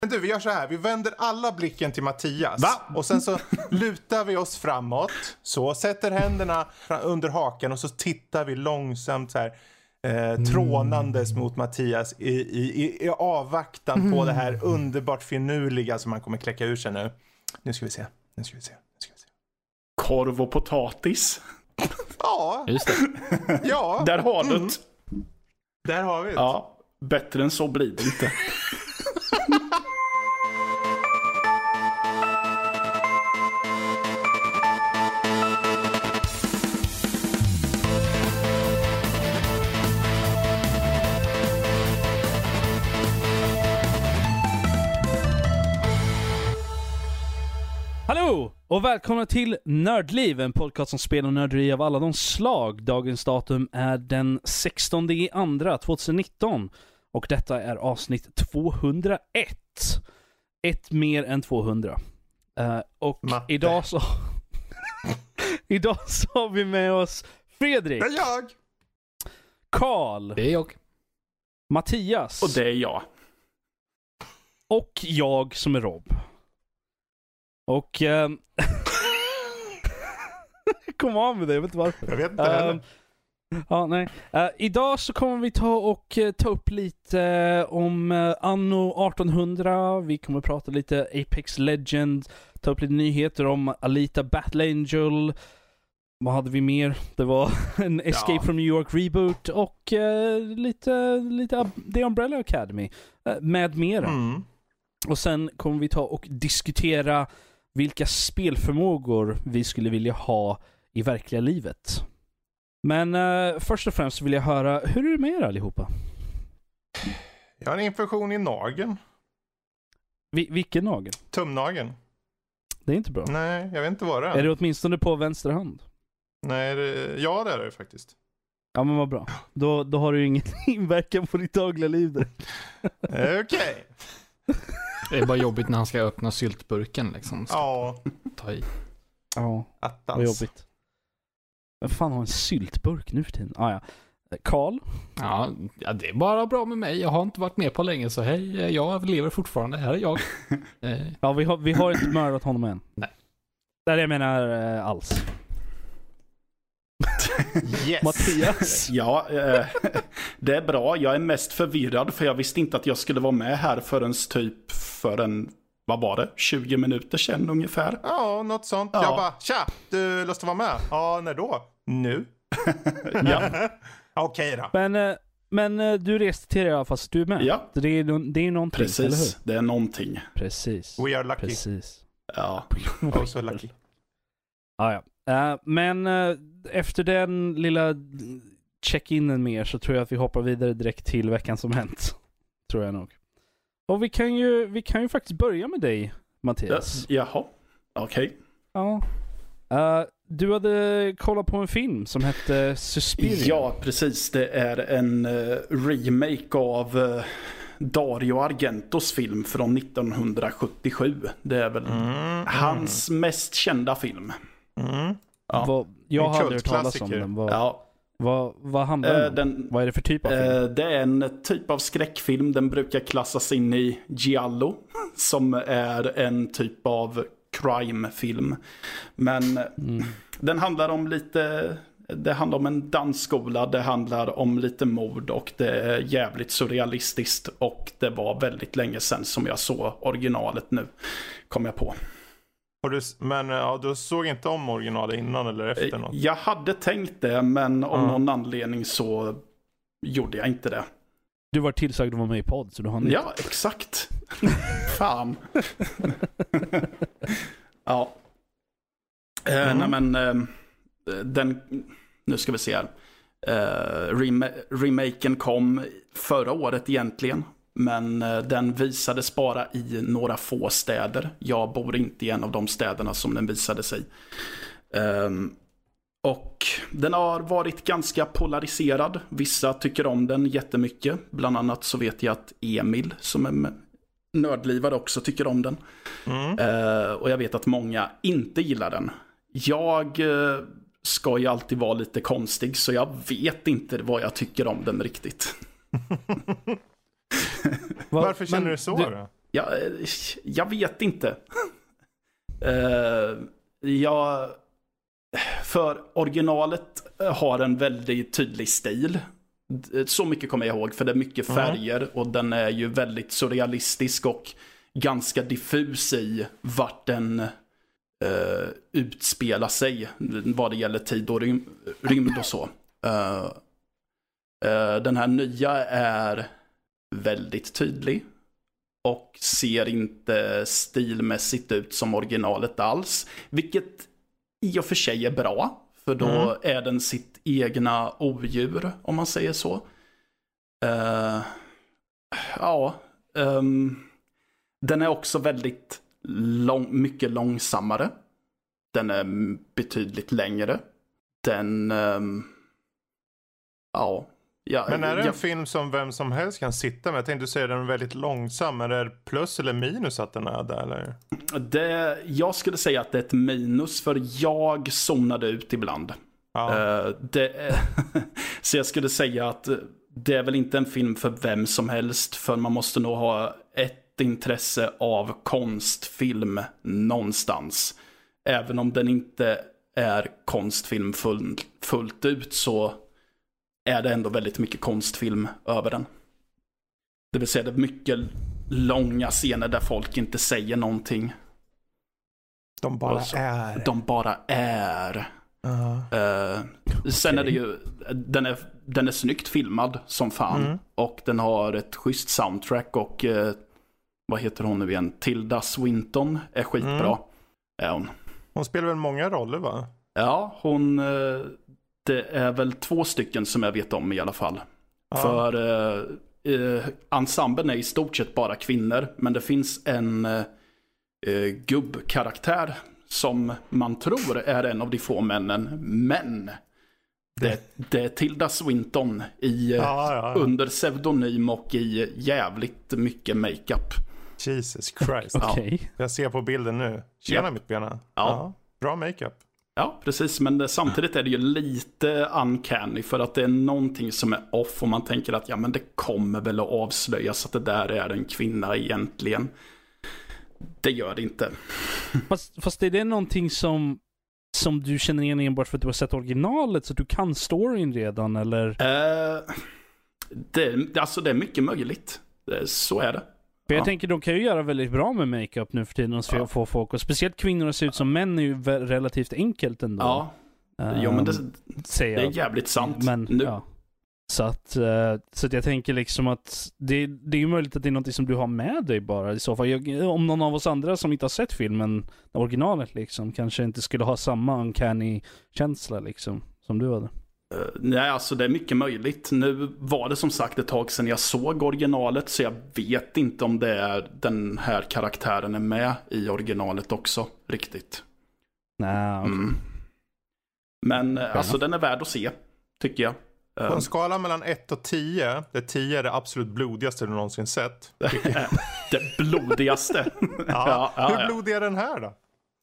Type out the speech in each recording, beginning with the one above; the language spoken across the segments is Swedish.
Men du, vi gör så här. Vi vänder alla blicken till Mattias. Va? Och sen så lutar vi oss framåt. Så sätter händerna under hakan och så tittar vi långsamt så här trånandes mot Mattias i avvaktan på det här underbart finurliga som han kommer kläcka ur sig nu. Nu ska vi se. Korv och potatis. Ja. Just det. Ja. Där har du det. Där har vi det. Ja, bättre än så blir det inte. Hallå och välkomna till Nördliv, en podcast som spelar nörderi av alla de slag. Dagens datum är den 16/2/2019 och detta är avsnitt 201. Ett mer än 200. Och Matte. idag så har vi med oss Fredrik. Det är jag. Karl. Det är jag. Mattias. Och det är jag. Och jag som är Rob. Och kom av med det, jag vet inte varför. Jag vet inte heller. Ja, nej. Idag så kommer vi ta upp lite om anno 1800. Vi kommer prata lite Apex Legends, ta upp lite nyheter om Alita Battle Angel. Vad hade vi mer? Det var en Escape from New York reboot och lite The Umbrella Academy med mera. Och sen kommer vi ta och diskutera vilka spelförmågor vi skulle vilja ha i verkliga livet. Men först och främst vill jag höra, hur är det med er allihopa? Jag har en infektion i nageln. Vilken nagel? Tumnageln. Det är inte bra. Nej, jag vet inte vad det är. Är det åtminstone på vänster hand? Nej, ja det är det faktiskt. Ja, men vad bra. Då har du ju ingen inverkan på ditt dagliga liv där. Okej. Det är bara jobbigt när han ska öppna syltburken liksom. Ja. Ta i. Ja, Attans. vad jobbigt. Vem fan har en syltburk nu för tiden? Ja. Karl? Ja, det är bara bra med mig. Jag har inte varit med på länge, så hej, jag lever fortfarande. Här är jag. Ja, vi har inte mördat honom än. Nej. Där jag menar alls. Yes. Mattias? Ja, det är bra. Jag är mest förvirrad för jag visste inte att jag skulle vara med här förrän vad var det? 20 minuter sedan ungefär. Ja, något sånt. Ja. Jag bara, tja, du lust att vara med? Ja, när då? Nu? Ja. Okej då. Men du reste till det i alla fall, så du är med. Ja. Det är någonting, eller Precis, hur? det är någonting. Precis. We are lucky. Precis. Ja. Also lucky. Ja. Men efter den lilla check-inen med er så tror jag att vi hoppar vidare direkt till veckan som hänt. Tror jag nog. Och vi kan ju faktiskt börja med dig, Mattias. Jaha, okej. Ja. Du hade kollat på en film som hette Suspiria. Ja, precis. Det är en remake av Dario Argentos film från 1977. Det är väl hans mest kända film. Ja. Jag En hade hört talas om kultklassiker. den. Vad handlar den om? Vad är det för typ av film? Det är en typ av skräckfilm. Den brukar klassas in i giallo, som är en typ av crime-film. Men den handlar om det handlar om en dansskola, det handlar om lite mord och det är jävligt surrealistiskt, och det var väldigt länge sedan som jag såg originalet nu, kom jag på. Men du såg inte om originalet innan eller efter något? Jag hade tänkt det, men av någon anledning så gjorde jag inte det. Du var tillsagd att vara med i podd, så du har inte. Ja, exakt. Fan. Ja. Nej men nu ska vi se här. Remaken kom förra året egentligen, men den visades bara i några få städer. Jag bor inte i en av de städerna som den visade sig. Och den har varit ganska polariserad. Vissa tycker om den jättemycket. Bland annat så vet jag att Emil, som är nördlivad, också tycker om den. Och jag vet att många inte gillar den. Jag ska ju alltid vara lite konstig, så jag vet inte vad jag tycker om den riktigt. Varför känner du så då? Jag vet inte. För originalet har en väldigt tydlig stil. Så mycket kommer jag ihåg, för det är mycket färger och den är ju väldigt surrealistisk och ganska diffus i vart den utspelar sig vad det gäller tid och rymd och så. Den här nya är väldigt tydlig och ser inte stilmässigt ut som originalet alls, vilket i och för sig är bra, för då är den sitt egna odjur, om man säger så. Den är också väldigt mycket långsammare. Den är betydligt längre. Den... Men är det en film som vem som helst kan sitta med? Jag tänkte säga att den är väldigt långsam. Är det plus eller minus att den är där? Eller? Jag skulle säga att det är ett minus, för jag zonade ut ibland. Ja. Så jag skulle säga att det är väl inte en film för vem som helst, för man måste nog ha ett intresse av konstfilm någonstans. Även om den inte är konstfilm fullt ut, så är det ändå väldigt mycket konstfilm över den. Det vill säga det är mycket långa scener där folk inte säger någonting. De bara är. Sen är det ju, den är snyggt filmad som fan. Och den har ett schysst soundtrack och vad heter hon nu igen? Tilda Swinton är skitbra. Hon spelar väl många roller, va? Ja, det är väl 2 stycken som jag vet om i alla fall. För ensemblen är i stort sett bara kvinnor, men det finns en gubbkaraktär som man tror är en av de få männen, men det är Tilda Swinton under pseudonym och i jävligt mycket makeup. Jesus Christ. Okay. Jag ser på bilden nu. Tjena mitt bena. Ja. Bra makeup. Ja, precis. Men samtidigt är det ju lite uncanny, för att det är någonting som är off och man tänker att men det kommer väl att avslöjas att det där är en kvinna egentligen. Det gör det inte. Fast är det någonting som du känner igen enbart för att du har sett originalet, så att du kan storyn redan, eller? Det är mycket möjligt. Så är det. För jag tänker de kan ju göra väldigt bra med makeup nu för tiden för att få folk, och speciellt kvinnor att se ut som män är ju relativt enkelt ändå. Ja, men det är jävligt sant. Men, nu. Ja. Så att jag tänker liksom att det är ju möjligt att det är något som du har med dig bara i så fall. Om någon av oss andra som inte har sett filmen, originalet liksom, kanske inte skulle ha samma uncanny känsla liksom som du hade. Nej, alltså det är mycket möjligt. Nu var det som sagt ett tag sedan jag såg originalet, så jag vet inte om det är den här karaktären är med i originalet också riktigt. Nej, okay. Men alltså den är värd att se, tycker jag. På en skala mellan 1 och 10, där 10 är det absolut blodigaste du någonsin sett. Det blodigaste? Hur blodig är den här då?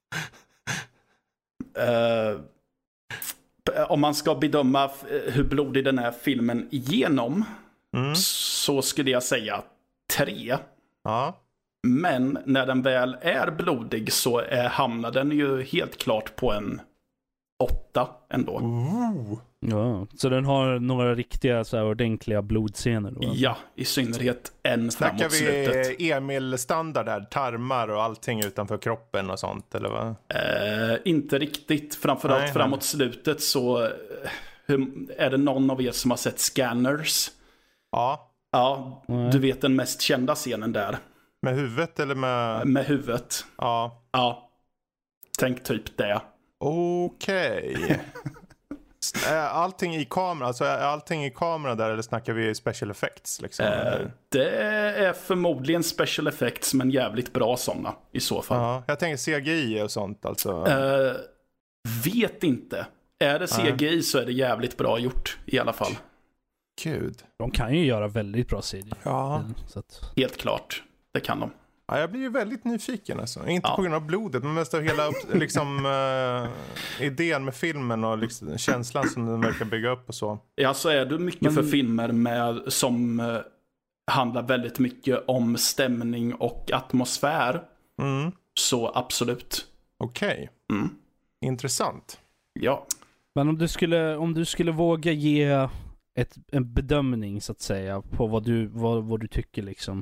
Om man ska bedöma hur blodig den här filmen igenom, så skulle jag säga 3. Ja. Men när den väl är blodig så hamnar den ju helt klart på en 8 ändå. Ja, så den har några riktiga så här ordentliga blodscener då? Ja, i synnerhet en framåt slutet. Snackar vi Emil-standard där? Tarmar och allting utanför kroppen och sånt, eller vad? Inte riktigt. Framförallt framåt slutet så är det någon av er som har sett Scanners? Ja. Ja, du vet den mest kända scenen där. Med huvudet eller med... Med huvudet. Ja. Ja. Tänk typ det. Okej. Allting i kamera, alltså är allting i kamera där, eller snackar vi special effects liksom? Det är förmodligen special effects, men jävligt bra sådana i så fall. Jag tänker CGI och sånt alltså. Vet inte. Är det CGI så är det jävligt bra gjort i alla fall. Gud. De kan ju göra väldigt bra CGI. Ja. Så att... Helt klart. Det kan de. Ja, jag blir ju väldigt nyfiken alltså. Inte på grund av blodet, men mest av hela liksom, idén med filmen och liksom, känslan som den verkar bygga upp och så. Ja, så är du mycket för filmer som handlar väldigt mycket om stämning och atmosfär. Så absolut. Okej. Intressant. Ja. Men om du skulle våga ge en bedömning så att säga på vad du tycker liksom.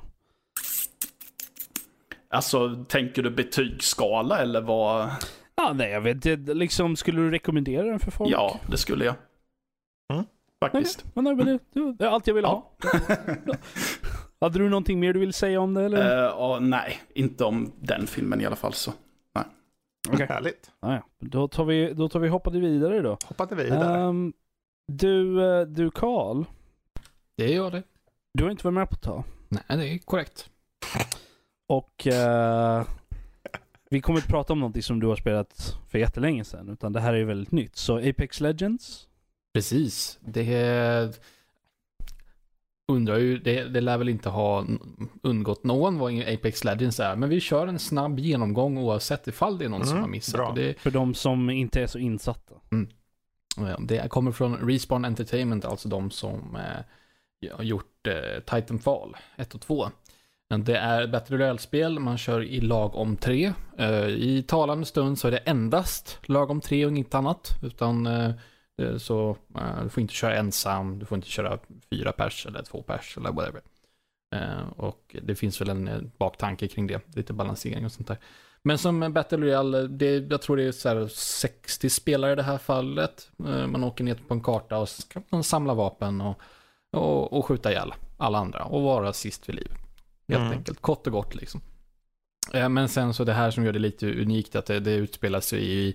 Alltså, tänker du betygsskala eller vad? Ja, nej, jag vet inte. Liksom, skulle du rekommendera den för folk? Ja, det skulle jag. Faktiskt. Det är allt jag vill ha. Hade du någonting mer du vill säga om det? Eller? Nej, inte om den filmen i alla fall. Så. Nej. Okay. Härligt. Ja. Då tar vi hoppade vidare då. Hoppade vidare. Du Carl. Det gör det. Du har inte varit med på ett tag. Nej, det är korrekt. Och vi kommer inte prata om någonting som du har spelat för jättelänge sedan, utan det här är väldigt nytt. Så Apex Legends? Precis. Det undrar ju, det lär väl inte ha undgått någon vad Apex Legends är, men vi kör en snabb genomgång oavsett ifall det är någon som har missat. Det, för de som inte är så insatta. Det kommer från Respawn Entertainment, alltså de som har gjort Titanfall 1 och 2. Det är ett Battle Royale-spel, man kör i lag om 3. I talande stund så är det endast lag om 3 och inget annat. Utan så du får inte köra ensam, du får inte köra 4 pers eller 2 pers eller whatever. Och det finns väl en baktanke kring det, lite balansering och sånt där. Men som Battle Royale, jag tror det är så här 60 spelare i det här fallet. Man åker ner på en karta och ska man samla vapen och skjuta ihjäl alla andra och vara sist vid liv. Helt enkelt, kort och gott liksom. Men sen så det här som gör det lite unikt, att det utspelar sig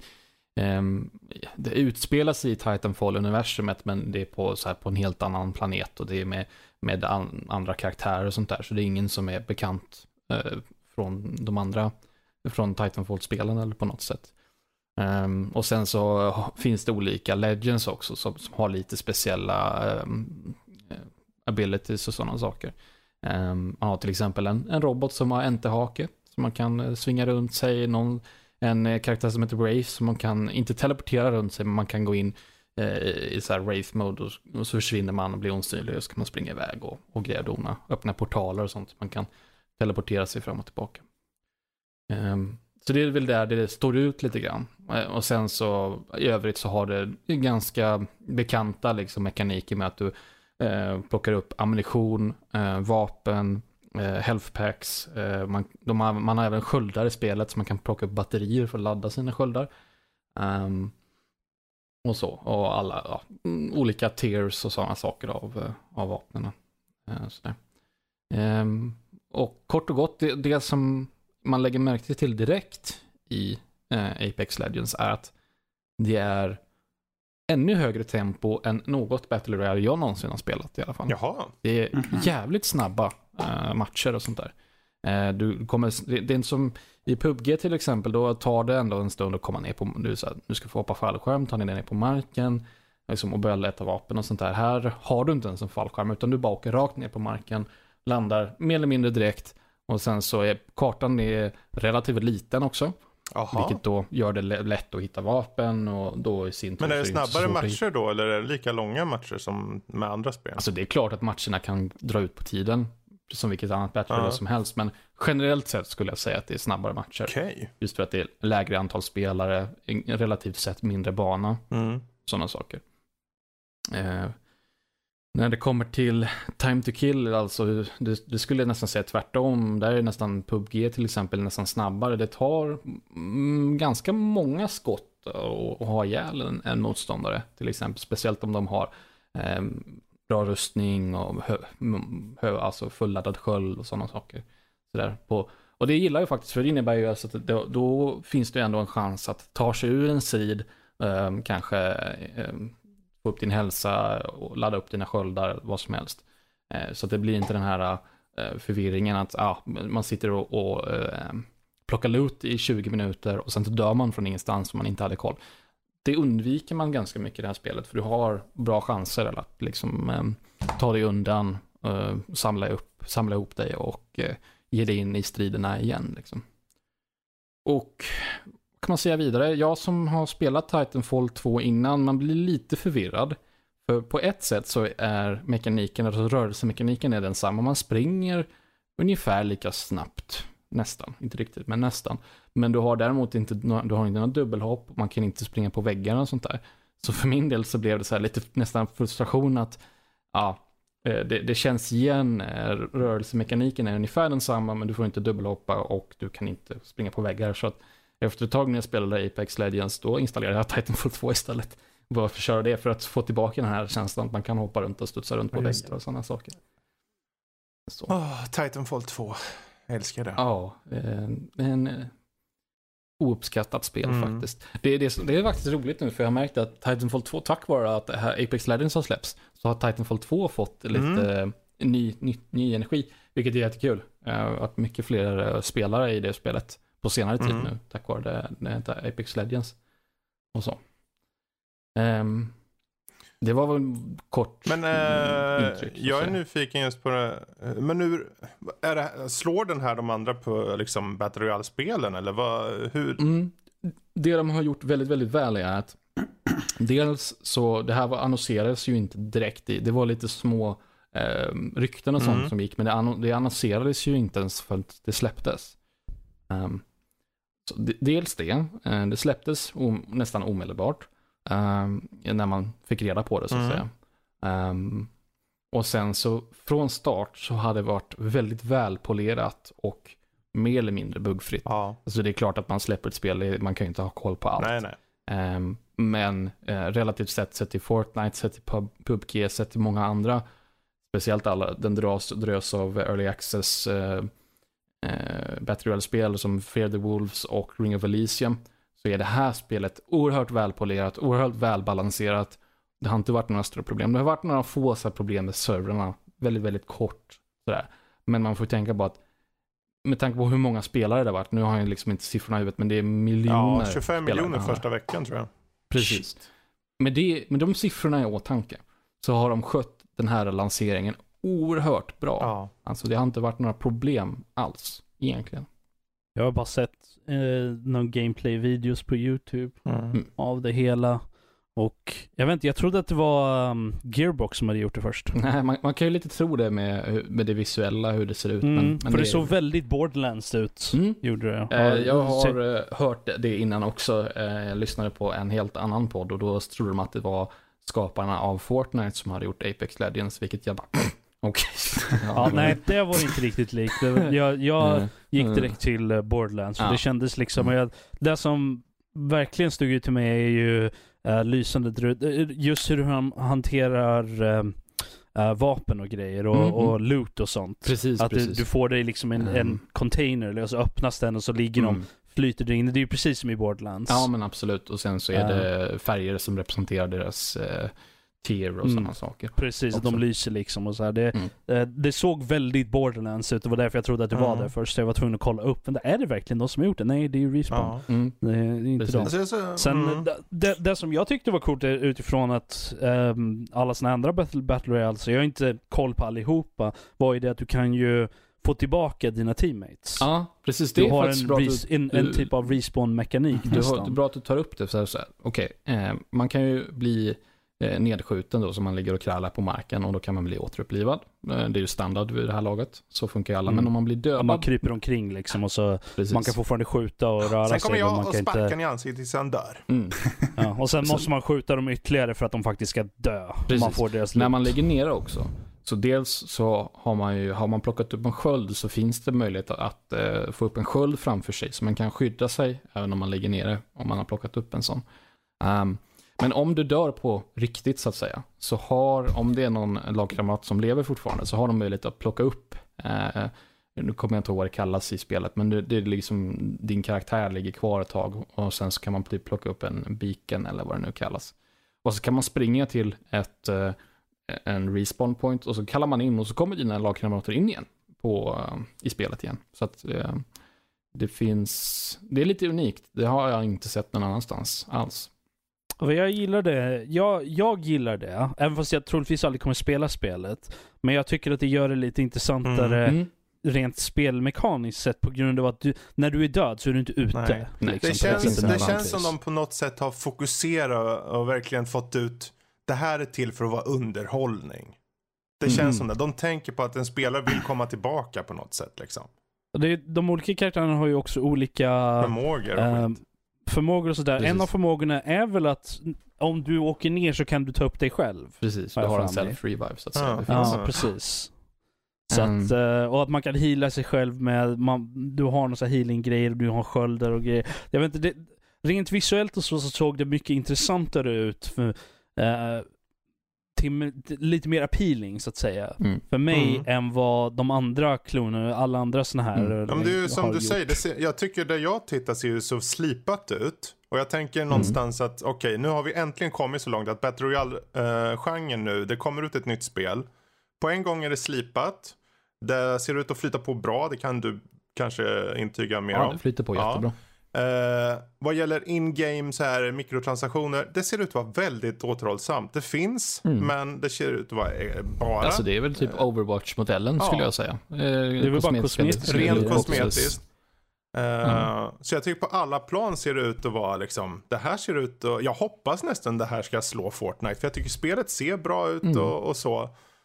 i Titanfall-universumet, men det är på en helt annan planet, och det är med andra karaktärer och sånt där, så det är ingen som är bekant från de andra, från Titanfall-spelen eller på något sätt. Och sen så finns det olika legends också som har lite speciella abilities och sådana saker. Man har till exempel en robot som har enterhake, så man kan svinga runt sig, en karaktär som heter Wraith, som man kan inte teleportera runt sig, men man kan gå in i så här Wraith-mode och så försvinner man och blir osynlig, och så kan man springa iväg och greja dona, öppna portaler och sånt, man kan teleportera sig fram och tillbaka. Så det är väl där det står ut lite grann. Och sen så i övrigt så har det ganska bekanta liksom mekaniker med att du plockar upp ammunition, vapen, health packs. Man har även sköldar i spelet, så man kan plocka upp batterier för att ladda sina sköldar. Och så. Och alla olika tiers och sådana saker av vapnen. Och kort och gott, det som man lägger märke till direkt i Apex Legends är att det är ännu högre tempo än något Battle Royale jag någonsin har spelat i alla fall. Jaha. Det är jävligt snabba matcher och sånt där. Det är inte som i PUBG till exempel, då tar det ändå en stund att komma ner på, du ska få hoppa fallskärm, ta ner på marken liksom, och börja leta vapen och sånt där. Här har du inte ens en fallskärm, utan du bara åker rakt ner på marken, landar mer eller mindre direkt, och sen så är kartan relativt liten också. Aha. Vilket då gör det lätt att hitta vapen, och då i sin tur. Men är det snabbare matcher då, eller är det lika långa matcher som med andra spel? Alltså det är klart att matcherna kan dra ut på tiden som vilket annat Battle Royale som helst, men generellt sett skulle jag säga att det är snabbare matcher. Okay. Just för att det är lägre antal spelare, relativt sett mindre bana, sådana saker. När det kommer till time to kill, alltså det skulle jag nästan säga tvärtom. Där är nästan PUBG till exempel nästan snabbare. Det tar ganska många skott att ha ihjäl en motståndare till exempel. Speciellt om de har bra rustning och alltså fulladdad sköld och sådana saker. Och det gillar jag faktiskt, för det innebär ju alltså att då finns det ändå en chans att ta sig ur en strid, kanske få upp din hälsa och ladda upp dina sköldar, vad som helst. Så att det blir inte den här förvirringen att man sitter och plockar loot i 20 minuter och sen så dör man från ingenstans om man inte hade koll. Det undviker man ganska mycket i det här spelet, för du har bra chanser att liksom ta dig undan, samla ihop dig och ge dig in i striderna igen liksom. Och kan man säga vidare, jag som har spelat Titanfall 2 innan, man blir lite förvirrad, För på ett sätt så är mekaniken, alltså rörelsemekaniken är densamma. Man springer ungefär lika snabbt. Nästan, inte riktigt, men nästan. Men du har däremot inte några dubbelhopp. Man kan inte springa på väggarna och sånt där. Så för min del så blev det så här lite nästan frustration att det känns igen. Rörelsemekaniken är ungefär densamma, men du får inte dubbelhoppa och du kan inte springa på väggar. Så att efter ett tag när jag spelade Apex Legends, då installerade jag Titanfall 2 istället. Varför köra det? För att få tillbaka den här känslan att man kan hoppa runt och studsa runt på väggar och sådana saker. Så. Titanfall 2. Jag älskar det. Ja, en ouppskattat spel faktiskt. Det är faktiskt roligt nu, för jag har märkt att Titanfall 2, tack vare att Apex Legends har släppts, så har Titanfall 2 fått lite ny energi, vilket är jättekul. Att mycket fler spelare i det spelet på senare tid nu, tack vare det Apex Legends och så. Det var väl kort intryck. Jag är nyfiken just på det. Men nu slår den här de andra på liksom Battle Royale-spelen eller hur? Det de har gjort väldigt, väldigt väl är att dels så det här annonserades ju inte direkt det var lite små rykten och sånt som gick, men det annonserades ju inte ens för att det släpptes. Så dels det släpptes nästan omedelbart. När man fick reda på det så att säga. Och sen så från start så hade det varit väldigt välpolerat och mer eller mindre buggfritt. Alltså det är klart att man släpper ett spel, man kan ju inte ha koll på allt. Nej. Men relativt sett till Fortnite, sett till PUBG, sett till många andra, speciellt den drös av Early Access Battle Royale-spel som Fear the Wolves och Ring of Elysium, så är det här spelet oerhört välpolerat, oerhört välbalanserat. Det har inte varit några större problem. Det har varit några få problem med servrarna, väldigt, väldigt kort sådär. Men man får tänka på att med tanke på hur många spelare det har varit, nu har jag liksom inte siffrorna i huvudet, men det är miljoner. 25 miljoner första veckan tror jag. Precis. Med de siffrorna i åtanke så har de skött den här lanseringen oerhört bra. Alltså det har inte varit några problem alls egentligen. Jag har bara sett någon gameplay-videos på YouTube av det hela. Och jag vet inte, jag trodde att det var Gearbox som hade gjort det först. Nej, man kan ju lite tro det med det visuella, hur det ser ut. Men för det såg väldigt Borderlands ut, gjorde det. Jag har hört det innan också. Jag lyssnade på en helt annan podd och då trodde de att det var skaparna av Fortnite som hade gjort Apex Legends, vilket jag bara... Okej. Nej, det var inte riktigt likt. Jag gick direkt till Borderlands. För det kändes liksom... Det som verkligen stod ut till mig är ju lysande... Just hur han hanterar vapen och grejer och loot och sånt. Precis, att du får dig liksom en container och så öppnas den och så ligger de flyter in. Det är ju precis som i Borderlands. Ja, men absolut. Och sen så är det färger som representerar deras... tier och sådana saker. Precis, att de lyser liksom och så här. Det såg väldigt Borderlands ut. Det var därför jag trodde att det var där först. Så jag var tvungen att kolla upp. Men är det verkligen de som har gjort det? Nej, det är ju Respawn. Det är inte de. Sen, det som jag tyckte var coolt är utifrån att alla såna andra Battle Royale, så jag har inte koll på allihopa, var ju det att du kan ju få tillbaka dina teammates. Ja, precis. Det du är har en typ av respawn-mekanik. Det är bra att du tar upp det. Så här. Okej, man kan ju bli nedskjuten då, så man ligger och krallar på marken och då kan man bli återupplivad. Det är ju standard vid det här laget. Så funkar ju alla. Men om man blir dödad... Man kryper omkring liksom och så man kan fortfarande skjuta och röra sig. Sen kommer jag och sparkar inte... i ansiktet tills han dör. Och sen måste man skjuta dem ytterligare för att de faktiskt ska dö. Man får deras när man ligger nere också. Så dels så har man plockat upp en sköld, så finns det möjlighet att få upp en sköld framför sig så man kan skydda sig även om man ligger nere, om man har plockat upp en sån. Men om du dör på riktigt så att säga, så om det är någon lagkamrat som lever fortfarande, så har de möjlighet att plocka upp, nu kommer jag inte ihåg vad det kallas i spelet, men det är liksom din karaktär ligger kvar ett tag och sen så kan man plocka upp en beacon eller vad det nu kallas. Och så kan man springa till en respawn point och så kallar man in och så kommer dina lagkamrater in igen i spelet igen. Så att det är lite unikt. Det har jag inte sett någon annanstans alls. Jag gillar det. Jag gillar det. Även fast jag troligtvis aldrig kommer spela spelet. Men jag tycker att det gör det lite intressantare rent spelmekaniskt sett, på grund av att när du är död så är du inte ute. Liksom, det känns som de på något sätt har fokuserat och verkligen fått ut det här är till för att vara underhållning. Det känns som det. De tänker på att en spelare vill komma tillbaka på något sätt liksom. De olika karaktärerna har ju också olika förmågor och sådär. Precis. En av förmågorna är väl att om du åker ner så kan du ta upp dig själv. Precis, du har en self-revive så att säga. Ja, precis. Så att, och att man kan heala sig själv med, du har några healing-grejer och du har sköldar och grejer. Jag vet inte, rent visuellt och så såg det mycket intressantare ut för, lite mer appealing så att säga. För mig än vad de andra klonerna, alla andra såna här men det är ju som du säger, jag tycker det jag tittar ser ju så slipat ut. Och jag tänker någonstans att okej, nu har vi äntligen kommit så långt att Battle Royale-genren nu, det kommer ut ett nytt spel. På en gång är det slipat. Det ser ut att flyta på bra, det kan du kanske intyga mer om. Ja, det flyter på jättebra. Vad gäller in-game så här mikrotransaktioner, det ser ut att vara väldigt återhållsamt. Det finns, men det ser ut att vara bara... Alltså det är väl typ Overwatch-modellen skulle jag säga. Det är väl bara kosmetiskt. Rent kosmetiskt. Så jag tycker på alla plan ser det ut att vara liksom, det här ser ut att, jag hoppas nästan det här ska slå Fortnite, för jag tycker spelet ser bra ut och så.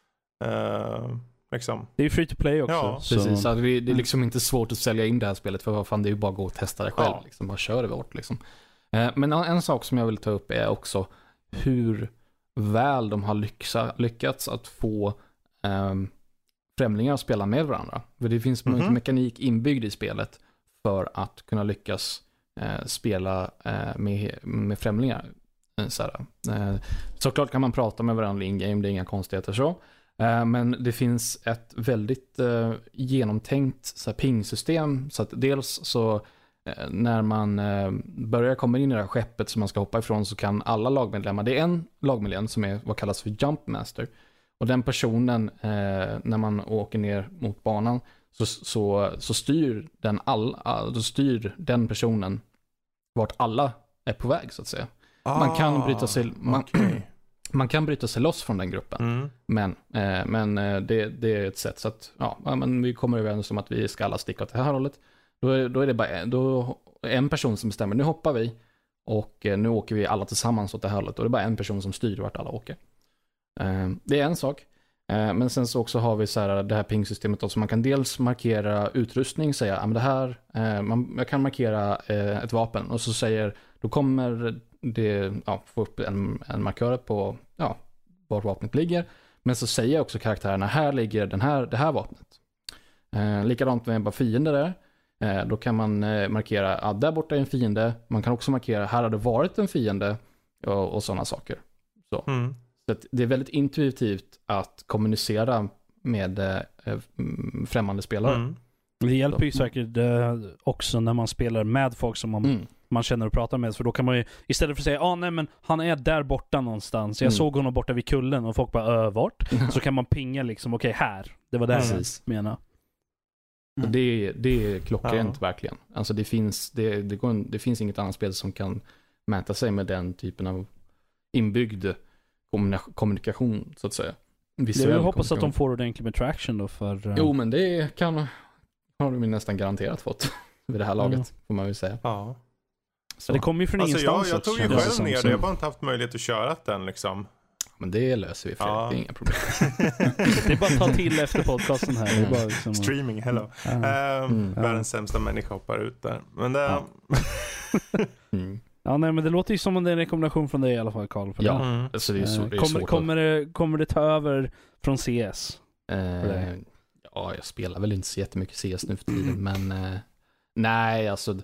Liksom. Det är free to play också. Ja, precis. Så det är liksom inte svårt att sälja in det här spelet, för vad fan, det är ju bara att gå och testa det själv. Liksom. Bara kör det bort liksom. Men en sak som jag vill ta upp är också hur väl de har lyckats att få främlingar att spela med varandra. För det finns mycket mekanik inbyggd i spelet för att kunna lyckas spela med främlingar. Såklart kan man prata med varandra in-game, det är inga konstigheter så. Men det finns ett väldigt genomtänkt så här, ping-system. Så att dels så när man börjar komma in i det här skeppet som man ska hoppa ifrån, så kan alla lagmedlemmar, det är en lagmedlem som är vad kallas för Jump Master. Och den personen, när man åker ner mot banan, så styr den personen vart alla är på väg så att säga. Man kan bryta sig... Man kan bryta sig loss från den gruppen. Men det är ett sätt så att men vi kommer överens om att vi ska alla sticka åt det här hållet. Då är det bara en person som bestämmer, nu hoppar vi och nu åker vi alla tillsammans åt det här hållet. Och det är bara en person som styr vart alla åker. Det är en sak. Men sen så också har vi så här, det här ping-systemet då, så man kan dels markera utrustning, säga men det här, jag kan markera ett vapen och så säger, då kommer det få upp en markör på var vapnet ligger. Men så säger också karaktärerna, här ligger det här vapnet. Likadant med bara fiender där. Då kan man markera, där borta är en fiende. Man kan också markera, här har det varit en fiende och sådana saker. Så att det är väldigt intuitivt att kommunicera med främmande spelare. Det hjälper ju säkert också när man spelar med folk som man känner och pratar med, för då kan man ju istället för att säga nej men han är där borta någonstans, jag såg honom borta vid kullen, och folk bara vart? Så kan man pinga liksom, okej, här, det var där jag menar. Det är klockrent verkligen. Alltså det finns inget annat spel som kan mäta sig med den typen av inbyggd kommunikation så att säga. Jag hoppas att de får ordentligt med traction då för... Jo, men det har de nästan garanterat fått vid det här laget, får man väl säga. Ja. Så. Det kommer ju från ingenstans. Jag tog ju själv ner det. Jag har bara inte haft möjlighet att köra den liksom. Men det löser vi, för det är inga problem. Det är bara att ta till efter podcasten här. Det är bara liksom... Streaming, hello. Världens sämsta människa hoppar ut där. Men det... nej, men det låter ju som om det är en rekommendation från dig i alla fall, Carl. Alltså det är svårt. Kommer det ta över från CS? Jag spelar väl inte så jättemycket CS nu för tiden, men nej, alltså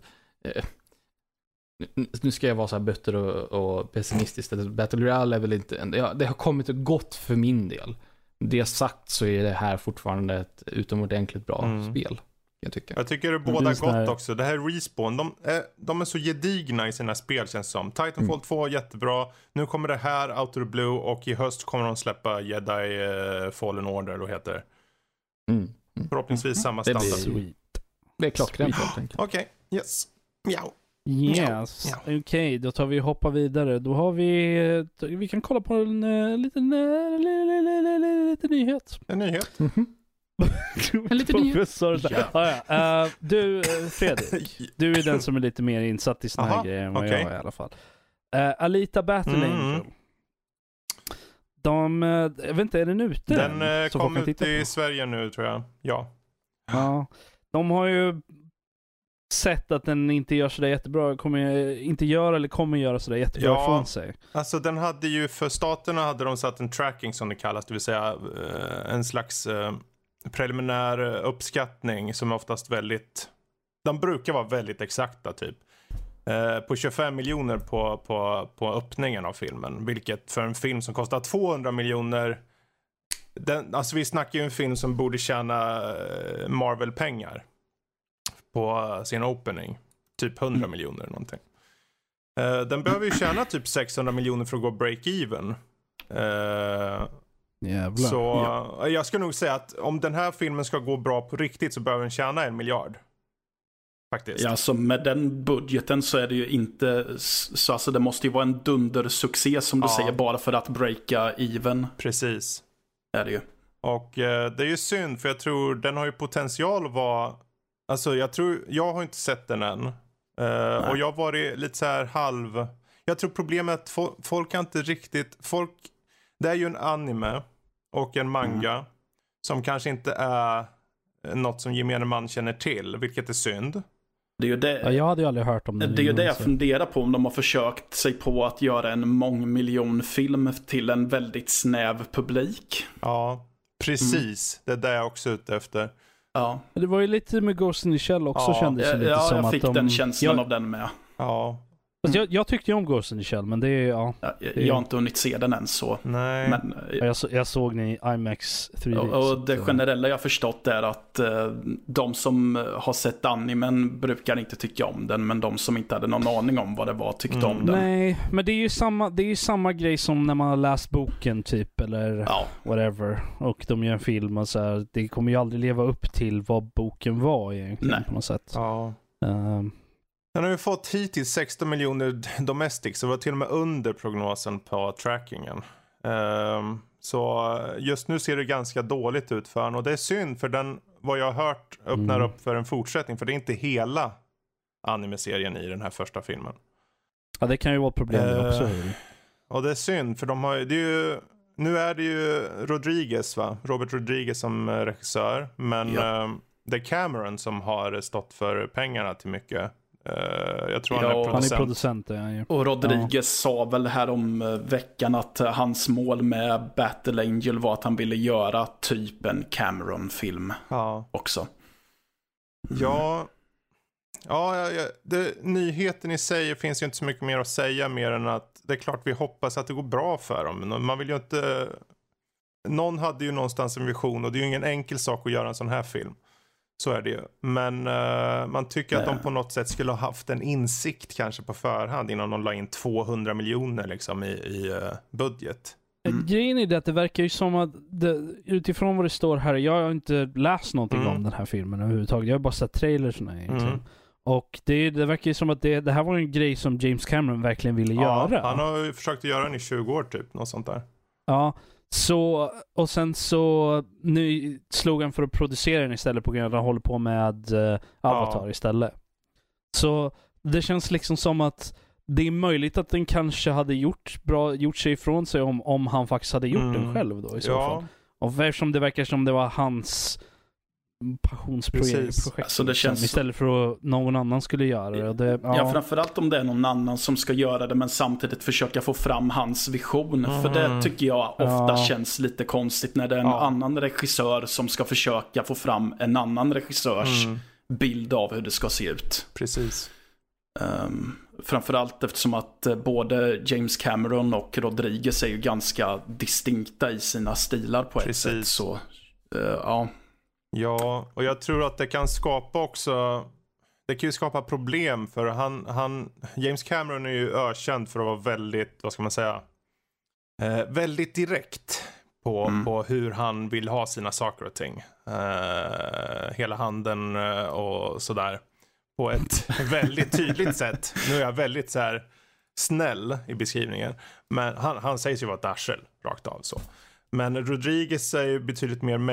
nu ska jag vara så här bitter och pessimistisk. Battle Royale är väl inte, det har kommit och gått för min del. Det sagt så är det här fortfarande ett utomordentligt bra spel. Jag tycker det båda gott också. Det här Respawn, de är så gedigna i sina spel, känns som. Titanfall 2 jättebra. Nu kommer det här Out of the Blue, och i höst kommer de släppa Jedi Fallen Order, eller heter. Förhoppningsvis samma standard. Det är klockrent helt enkelt. Okej, yes. Miau. Yes, okej, då tar vi och hoppar vidare. Då har vi kan kolla på en liten nyhet. En nyhet? En liten nyhet. Du, Fredrik, du är den som är lite mer insatt i såna här grejer än vad jag är i alla fall. Alita Battle Angel. jag vet inte, är den ute? Den kom ut i Sverige nu, tror jag. Ja. Ja. De har ju sett att den inte gör sådär jättebra. Kommer inte göra eller kommer göra sådär jättebra från sig. Alltså den hade ju, för staterna hade de satt en tracking som det kallas. Det vill säga en slags preliminär uppskattning som är oftast väldigt... De brukar vara väldigt exakta typ. På 25 miljoner på öppningen av filmen. Vilket för en film som kostar 200 miljoner... Alltså vi snackar ju en film som borde tjäna Marvel-pengar på sin opening. Typ 100 miljoner någonting. Den behöver ju tjäna typ 600 miljoner för att gå break-even. Jävlar. Så jag skulle nog säga att om den här filmen ska gå bra på riktigt så behöver den tjäna 1 miljard. Faktiskt. Ja, så med den budgeten så är det ju inte så, alltså det måste ju vara en dundersuccé som du säger, bara för att breaka even. Precis. Är det ju. Och det är ju synd, för jag tror den har ju potential att vara, alltså jag har inte sett den än. Och jag har varit lite så här jag tror problemet är att folk inte riktigt, det är ju en anime och en manga som kanske inte är något som gemene man känner till, vilket är synd. Det är ju det, jag hade ju aldrig hört om det är ju det jag funderar på, om de har försökt sig på att göra en mångmiljonfilm till en väldigt snäv publik. Ja, precis. Det är det jag också är ute efter. Ja. Det var ju lite med Ghost in the Shell också, kändes det lite som att jag fick den känslan av den med. Ja. Alltså jag tyckte ju om Ghost in the Shell, men det är jag har inte hunnit se den än så. Nej. Men, jag såg den i IMAX 3D. Och det generella jag förstått är att de som har sett animen brukar inte tycka om den, men de som inte hade någon aning om vad det var tyckte om den. Nej, men det är ju samma grej som när man har läst boken typ, eller whatever, och de gör en film och så här, det kommer ju aldrig leva upp till vad boken var egentligen på något sätt. Ja. Den har ju fått hittills 16 miljoner domestic, så det var till och med under prognosen på trackingen. Så just nu ser det ganska dåligt ut för den, och det är synd, för den, vad jag har hört, öppnar upp för en fortsättning, för det är inte hela anime-serien i den här första filmen. Ja, det kan ju vara ett problem också. Och det är synd, för de har ju, nu är det ju Rodriguez, Robert Rodriguez som regissör, men det är Cameron som har stått för pengarna till mycket. Jag tror han är producent. Och Rodriguez sa väl här om veckan att hans mål med Battle Angel var att han ville göra typ en Cameron-film också. Ja, nyheten i sig finns ju inte så mycket mer att säga, mer än att det är klart vi hoppas att det går bra för dem. Men man vill ju inte... Någon hade ju någonstans en vision, och det är ju ingen enkel sak att göra en sån här film. Så är det ju. Men man tycker att de på något sätt skulle ha haft en insikt kanske på förhand innan de la in 200 miljoner liksom i budget. Grejen är det att det verkar ju som att utifrån vad det står här, jag har inte läst någonting om den här filmen överhuvudtaget. Jag har bara sett trailers egentligen. Och det verkar ju som att det här var en grej som James Cameron verkligen ville göra. Han har ju försökt göra den i 20 år typ, något sånt där. Ja. Så, och sen så nu slog han för att producera den istället på grund av att han håller på med Avatar istället. Så det känns liksom som att det är möjligt att den kanske hade gjort sig ifrån sig om han faktiskt hade gjort den själv då i så fall. Och eftersom det verkar som det var hans passionsprojekt alltså det känns istället för att någon annan skulle göra det. Framförallt om det är någon annan som ska göra det, men samtidigt försöka få fram hans vision. För det tycker jag ofta känns lite konstigt när det är en annan regissör som ska försöka få fram en annan regissörs bild av hur det ska se ut. Precis. Framförallt eftersom att både James Cameron och Rodriguez är ju ganska distinkta i sina stilar på ett sätt. Så, Ja, och jag tror att det kan skapa också... Det kan ju skapa problem, för James Cameron är ju ökänd för att vara väldigt, vad ska man säga, väldigt direkt på hur han vill ha sina saker och ting. Hela handen och sådär. På ett väldigt tydligt sätt. Nu är jag väldigt så här snäll i beskrivningen. Men han sägs ju vara ett arsel, rakt av så. Men Rodriguez är ju betydligt mer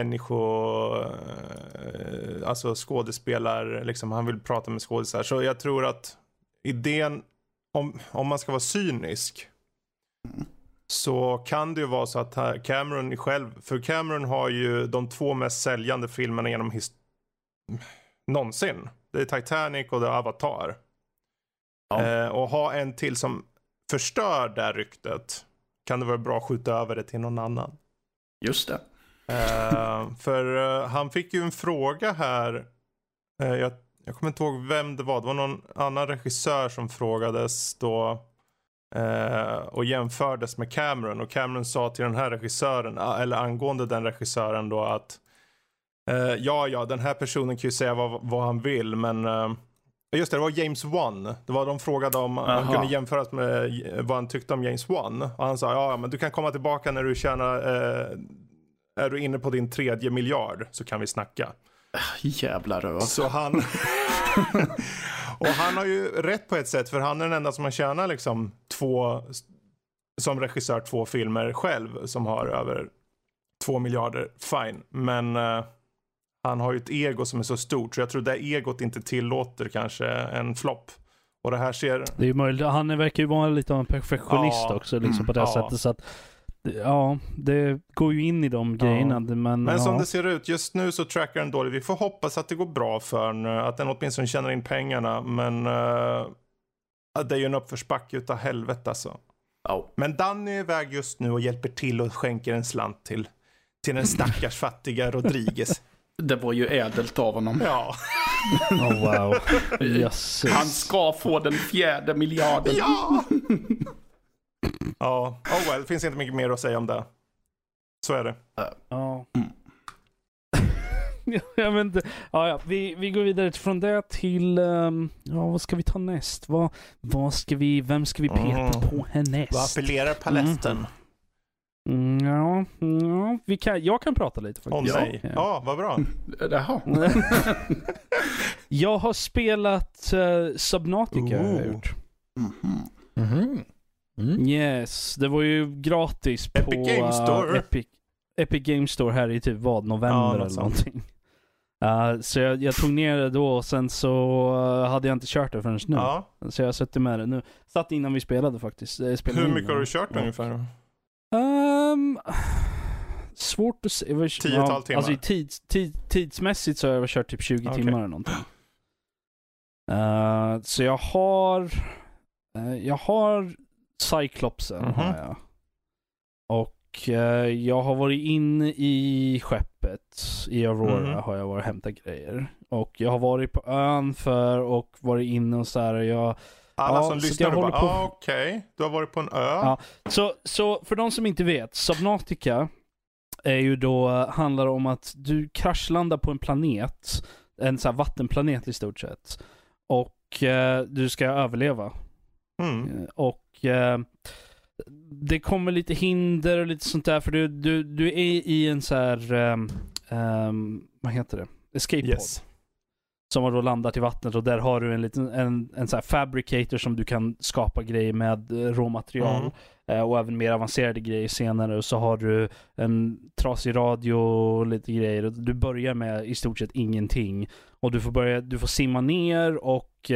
alltså skådespelar, liksom, han vill prata med skådespelare. Så jag tror att idén, om man ska vara cynisk, så kan det ju vara så att Cameron själv, för Cameron har ju de 2 mest säljande filmerna genom någonsin. Det är Titanic och det är Avatar. Ja. Och ha en till som förstör det jag kan det vara bra att skjuta över det till någon annan. Just det. För han fick ju en fråga här. Jag kommer inte ihåg vem det var. Det var någon annan regissör som frågades då och jämfördes med Cameron. Och Cameron sa till den här regissören, eller angående den regissören då, att ja, den här personen kan ju säga vad han vill, men just det var James Wan. Det var de frågade om han kunde jämföras med vad han tyckte om James Wan. Och han sa, ja men du kan komma tillbaka när du tjänar, är du inne på din 3:e miljard så kan vi snacka. Jävla röv. Så han och han har ju rätt på ett sätt, för han är den enda som har tjänat liksom 2 som regissör 2 filmer själv som har över 2 miljarder, fine. Men han har ju ett ego som är så stort, så jag tror det egot inte tillåter kanske en flopp. Och det här ser... Det är ju möjligt. Han verkar ju vara lite av en perfektionist också liksom på det sättet, så att ja, det går ju in i de grejerna. Men som det ser ut just nu så trackar den dåligt. Vi får hoppas att det går bra för den, att den åtminstone tjänar in pengarna, men det är ju en uppförsbacke utav helvete alltså. Men Danny är iväg just nu och hjälper till och skänker en slant till den stackars fattiga Rodriguez. Det var ju ädelt av honom. Ja. Oh, wow. Yes. Han ska få den 4:e miljarden. Ja! Ja, det finns inte mycket mer att säga om det. Så är det. Ja. Jag vet inte. Ja. Vi går vidare från det till vad ska vi ta näst? Vem ska vi peta på härnäst? Vad appellerar paletten? Jag kan prata lite faktiskt. Nej. Ja, vad bra. Jag har spelat Subnautica. Har jag gjort. Yes, det var ju gratis på Epic Games Store. Epic Games Store här i typ november eller någonting. Så jag tog ner det då, och sen så hade jag inte kört det förrän nu. Så jag satte med det nu. Satt innan vi spelade faktiskt. Hur mycket har du kört ungefär då? Svårt att se. 10-tal timmar. Alltså tidsmässigt så har jag kört typ 20 timmar eller någonting. Så jag har Cyclopsen har jag. Och jag har varit inne i skeppet i Aurora har jag varit och hämtat grejer. Och jag har varit på ön och varit inne och så här. Alla som lyssnar bara, okej. Du har varit på en ö. Ja. Så för de som inte vet, Subnautica är ju då, handlar om att du kraschlandar på en planet, en så här vattenplanet i stort sett. Och du ska överleva. Och det kommer lite hinder och lite sånt där, för du är i en så här vad heter det? Escape pod. Yes. Som har då landat i vattnet, och där har du en liten en så här fabricator som du kan skapa grejer med råmaterial och även mer avancerade grejer senare. Och så har du en trasig radio och lite grejer, och du börjar med i stort sett ingenting, och du får simma ner och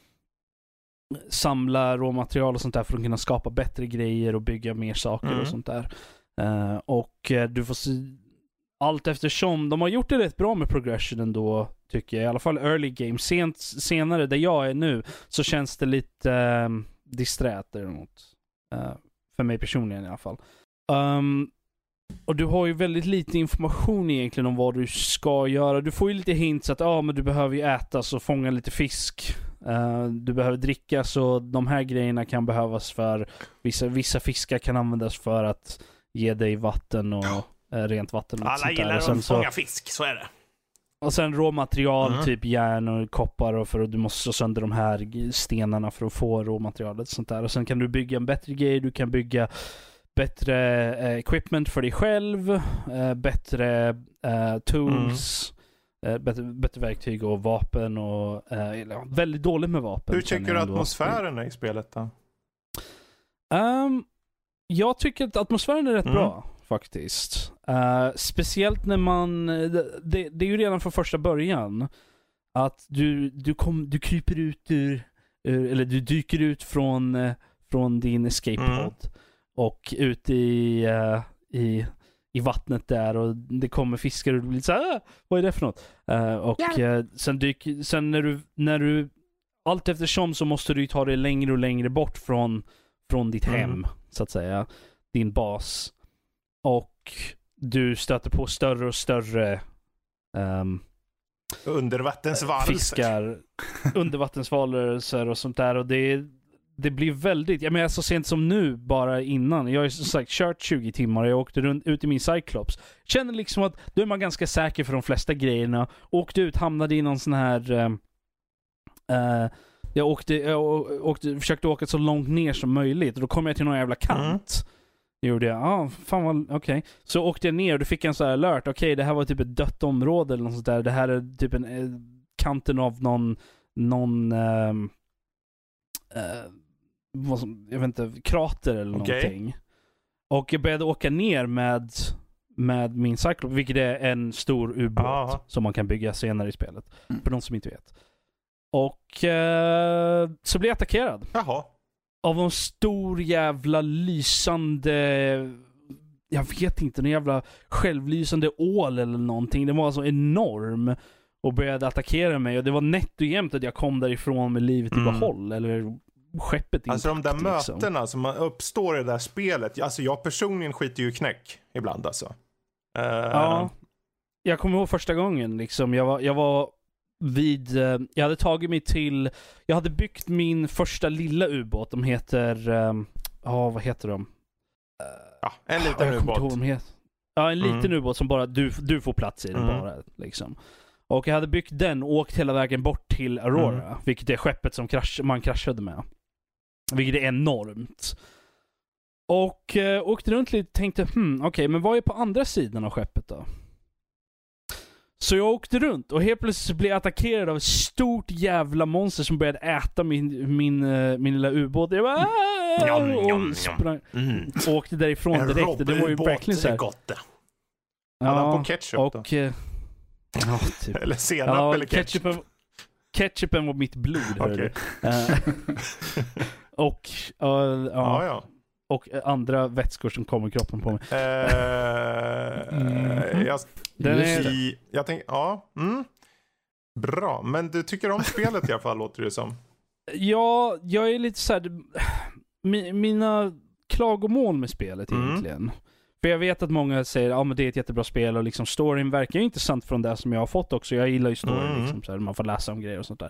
samla råmaterial och sånt där för att kunna skapa bättre grejer och bygga mer saker och sånt där. Och du får allt eftersom. De har gjort det rätt bra med progression ändå, tycker jag. I alla fall early game. Senare, där jag är nu, så känns det lite disträt eller något. För mig personligen i alla fall. Och du har ju väldigt lite information egentligen om vad du ska göra. Du får ju lite hints att men du behöver ju äta, så fånga lite fisk. Du behöver dricka, så de här grejerna kan behövas för vissa fiskar kan användas för att ge dig vatten och rent vatten. Och alla gillar att fånga fisk, så är det. Och sen råmaterial, typ järn och koppar, och för att du måste slå sönder de här stenarna för att få råmaterialet och sånt där. Och sen kan du bygga en bättre grej, du kan bygga bättre equipment för dig själv, bättre tools, bättre verktyg och vapen, och väldigt dåligt med vapen. Hur tycker du atmosfären är i spelet då? Jag tycker att atmosfären är rätt bra faktiskt. Speciellt när man det är ju redan från första början att du kryper ut eller du dyker ut från din escape pod. och ut i vattnet där och det kommer fiskar och du blir så här, vad är det för något? Sen när du allt eftersom så måste du ta dig längre och längre bort från ditt hem, så att säga, din bas, och du stöter på större och större undervattensvarelser, undervattensvarelser och sånt där, och det blir väldigt, jag menar så sent som nu, bara innan, jag har som sagt kört 20 timmar, jag åkte ut i min Cyclops, känner liksom att då är man ganska säker för de flesta grejerna, åkte ut, hamnade i någon sån här jag försökte åka så långt ner som möjligt, och då kom jag till någon jävla kant. Gjorde jag, fan vad, okej. Så åkte jag ner och då fick jag en sån här alert, okej, det här var typ ett dött område eller något sånt där, det här är typ kanten av någon jag vet inte, krater eller någonting. Och jag började åka ner med min Cyclops, vilket är en stor ubåt som man kan bygga senare i spelet, för de som inte vet. Och så blev jag attackerad. Jaha. Av en stor jävla lysande, jag vet inte, en jävla självlysande ål eller någonting. Den var alltså enorm och började attackera mig, och det var nätt och jämnt att jag kom därifrån med livet i behåll, eller skeppet alltså intakt, de där liksom. mötena som uppstår i det där spelet, alltså jag personligen skiter ju knäck ibland alltså. Ja, jag kommer ihåg första gången liksom, jag var jag hade tagit mig till, jag hade byggt min första lilla ubåt, de heter vad heter de? En liten ubåt. En liten ubåt som bara du får plats i den bara liksom. Och jag hade byggt den och åkt hela vägen bort till Aurora, vilket är skeppet som man kraschade med. Vilket är enormt. Och åkte runt lite och tänkte, okej, men vad är på andra sidan av skeppet då? Så jag åkte runt och helt plötsligt så blev jag attackerad av ett stort jävla monster som började äta min lilla ubåt. Jag bara åkte därifrån direkt. Det var ju verkligen så här. Gott det. Ja, på ketchup och, då. Typ. Eller senap eller ketchup. Ketchupen var mitt blod. Okay. Och och andra vätskor som kommer i kroppen på mig. Jag tänker, bra, men du tycker om spelet i alla fall, låter det som. Ja, jag är lite så här, mina klagomål med spelet egentligen. För jag vet att många säger, men det är ett jättebra spel, och liksom storyn verkar ju intressant från det som jag har fått också. Jag gillar ju storyn, liksom, så här, man får läsa om grejer och sånt där.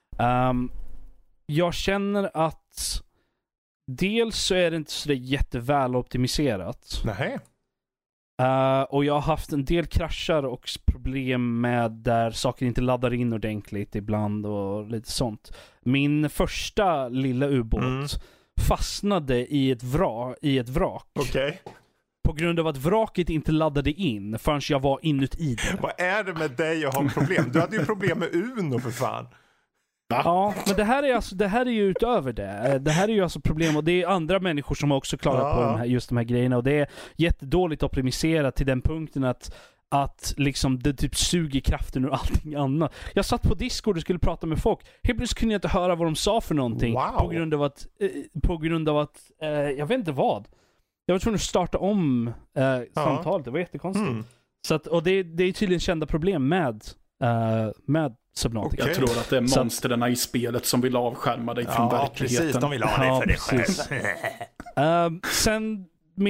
Jag känner att dels så är det inte så jätteväl optimiserat. Nej. Och jag har haft en del kraschar och problem med där saker inte laddar in ordentligt ibland och lite sånt. Min första lilla ubåt fastnade i ett vrak. Okej. På grund av att vraket inte laddade in förrän jag var inuti det. Vad är det med dig och har problem? Du hade ju problem med Uno för fan. Ja, men det här är ju utöver det. Det här är ju alltså problem, och det är andra människor som har också klarat på just de här grejerna, och det är jättedåligt optimiserat till den punkten att liksom det typ suger kraften ur allting annat. Jag satt på Discord och skulle prata med folk. Helt plötsligt kunde jag inte höra vad de sa för någonting. Wow. På grund av att jag vet inte vad. Jag var tvungen att starta om samtalet. Det var jättekonstigt. Så att, och det är tydligen kända problem med Subnautica. Jag tror att det är monstren i spelet som vill avskärma dig från verkligheten. Precis, de vill ha dig för dig själv. Sen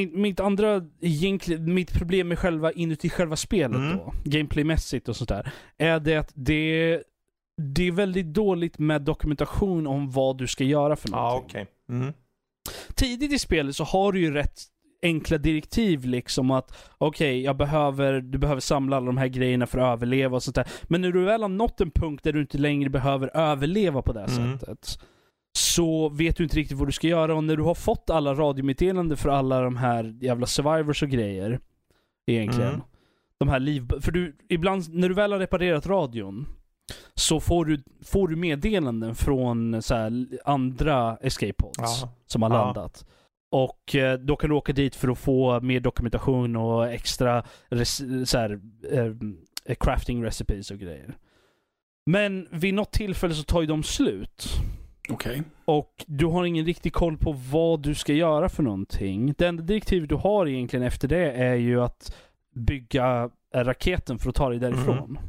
mitt problem med inuti själva spelet då, gameplaymässigt och sånt där, är det att det är väldigt dåligt med dokumentation om vad du ska göra för någonting. Tidigt i spelet så har du ju rätt enkla direktiv, liksom att du behöver samla alla de här grejerna för att överleva och sånt där. Men när du väl har nått en punkt där du inte längre behöver överleva på det här sättet, så vet du inte riktigt vad du ska göra. Och när du har fått alla radiomeddelanden för alla de här jävla survivors och grejer egentligen, de här för du ibland när du väl har reparerat radion så får du meddelanden från så här andra escape pods som har landat. Och då kan du åka dit för att få mer dokumentation och extra crafting recipes och grejer. Men vid något tillfälle så tar ju de slut. Okej. Och du har ingen riktig koll på vad du ska göra för någonting. Det enda direktiv du har egentligen efter det är ju att bygga raketen för att ta dig därifrån.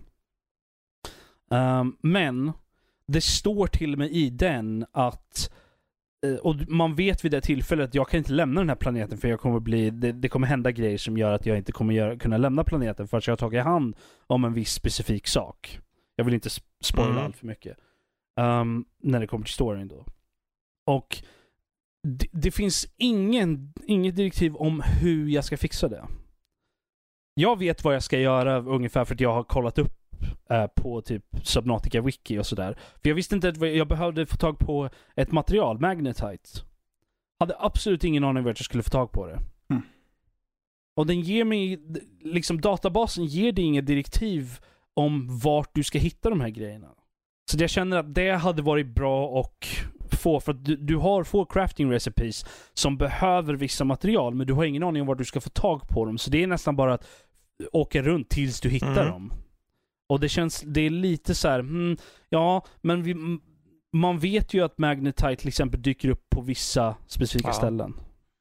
Men det står till och med i den att och man vet vid det tillfället att jag kan inte lämna den här planeten för jag kommer det kommer hända grejer som gör att jag inte kommer kunna lämna planeten för att jag har tagit hand om en viss specifik sak. Jag vill inte spoila allt för mycket. När det kommer till storyn då. Och det finns inget direktiv om hur jag ska fixa det. Jag vet vad jag ska göra ungefär för att jag har kollat upp på typ Subnautica Wiki och sådär. För jag visste inte att jag behövde få tag på ett material, magnetite. Hade absolut ingen aning vart jag skulle få tag på det. Och den ger mig, liksom databasen ger dig inga direktiv om vart du ska hitta de här grejerna. Så jag känner att det hade varit bra att få, för att du har få crafting recipes som behöver vissa material, men du har ingen aning om vart du ska få tag på dem. Så det är nästan bara att åka runt tills du hittar dem. Och det är lite så här, ja, men man vet ju att magnetite till exempel dyker upp på vissa specifika ställen.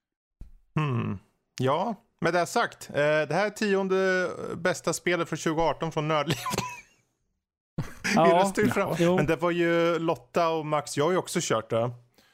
Ja, med det sagt, det här är 10:e bästa spelet för 2018 från Nördliv. Men det var ju Lotta och Max, jag har ju också kört det.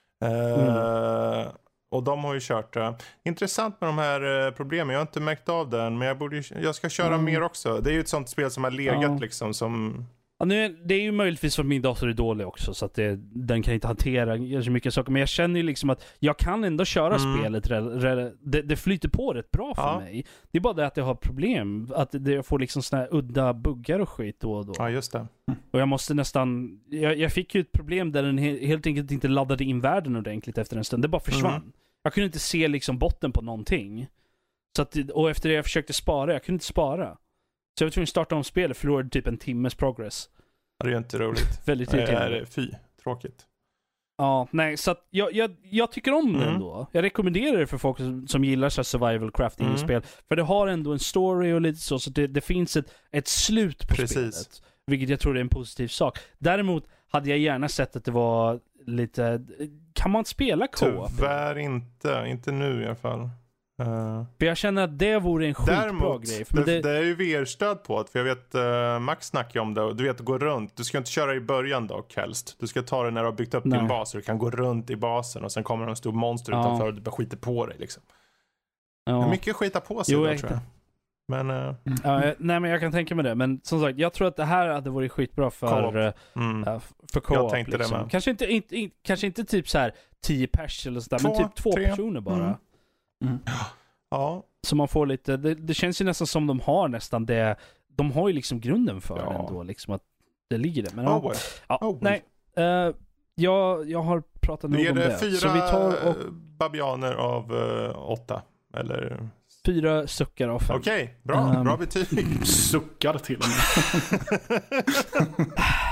Och de har ju kört det. Intressant med de här problemen. Jag har inte märkt av den, men jag ska köra mer också. Det är ju ett sånt spel som har legat liksom som... Ja, det är ju möjligtvis för att min dator är dålig också, så att den kan inte hantera så mycket saker. Men jag känner ju liksom att jag kan ändå köra spelet. Det flyter på rätt bra för mig. Det är bara det att jag har problem. Att jag får liksom såna här udda buggar och skit då och då. Ja, just det. Och jag måste nästan... Jag fick ju ett problem där den helt enkelt inte laddade in världen ordentligt efter en stund. Det bara försvann. Jag kunde inte se liksom botten på någonting. Så att, och efter det jag försökte spara, jag kunde inte spara. Så jag var tvungen att starta om spelet, förlorade typ en timmes progress. Det är ju inte roligt. Väldigt irriterande. Tråkigt. Ja, nej, så att jag tycker om det ändå. Jag rekommenderar det för folk som gillar så survival crafting-spel. För det har ändå en story och lite så det finns ett slut på spelet. Vilket jag tror är en positiv sak. Däremot hade jag gärna sett att det var lite... Kan man spela co-op? Tyvärr inte nu i alla fall. För jag känner att det vore en skitbra grej. För det är ju VR-stöd på det. För jag vet, Max snackar om det. Du vet, gå runt. Du ska inte köra i början dock helst. Du ska ta det när du har byggt upp din bas. Så du kan gå runt i basen. Och sen kommer en stor monster utanför och du bara skiter på dig liksom. Det är mycket skita på sig då, tror jag. Men, nej, men jag kan tänka mig det. Men som sagt, jag tror att det här hade varit skitbra för co-op. Jag tänkte liksom. Det med. Kanske inte typ så här 10 pers eller sådär, men typ 2 personer bara. Ja. Så man får lite, det känns ju nästan som de har nästan det, de har ju liksom grunden för det ändå, liksom att det ligger där. Men nej, jag har pratat nog om det. 4 så vi tar babianer av 8, eller... 4 suckar av 5. Okej, bra betyg. Suckar till och med.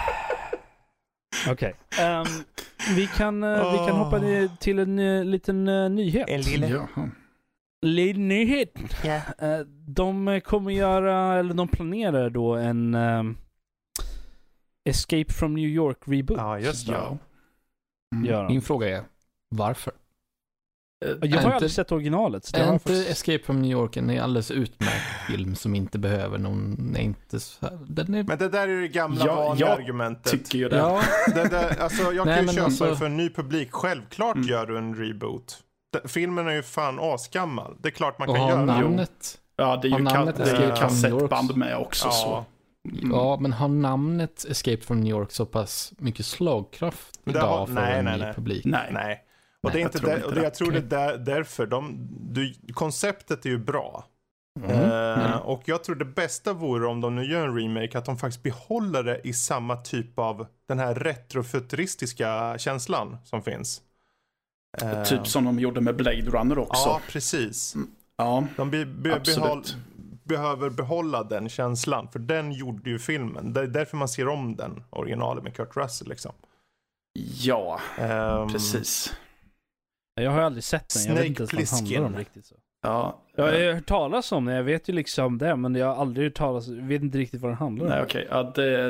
Okej. Vi kan hoppa till en liten nyhet. En liten nyhet. Yeah. De kommer göra, eller de planerar då en Escape from New York reboot. Ja, just det. Min fråga är, varför? Jag har aldrig sett originalet. Så är inte Escape from New York en alldeles utmärkt film som inte behöver någon... inte så här, Men det där är det gamla vanliga argumentet. Tycker ju det. Ja. Alltså, jag kan ju köpa det för en ny publik. Självklart gör du en reboot. Filmen är ju fan asgammal. Det är klart man kan göra namnet. Ja, det är ju kassettband med också. Så. Ja, men har namnet Escape from New York så pass mycket slagkraft idag för en ny publik? Nej. Och det är inte där, och jag tror det är därför konceptet är ju bra. Och jag tror det bästa vore om de nu gör en remake att de faktiskt behåller det i samma typ av den här retrofuturistiska känslan som finns. Typ som de gjorde med Blade Runner också. Ja, precis. Ja, de behöver behålla den känslan, för den gjorde ju filmen. Det är därför man ser om den originalet med Kurt Russell liksom. Ja, precis. Jag har aldrig sett den. Jag vet inte ens vad den handlar om riktigt så. Ja, jag har hört talas om det. Jag vet ju liksom det, men jag har aldrig hört talas. Jag vet inte riktigt vad den handlar om. Nej, okej. Ja,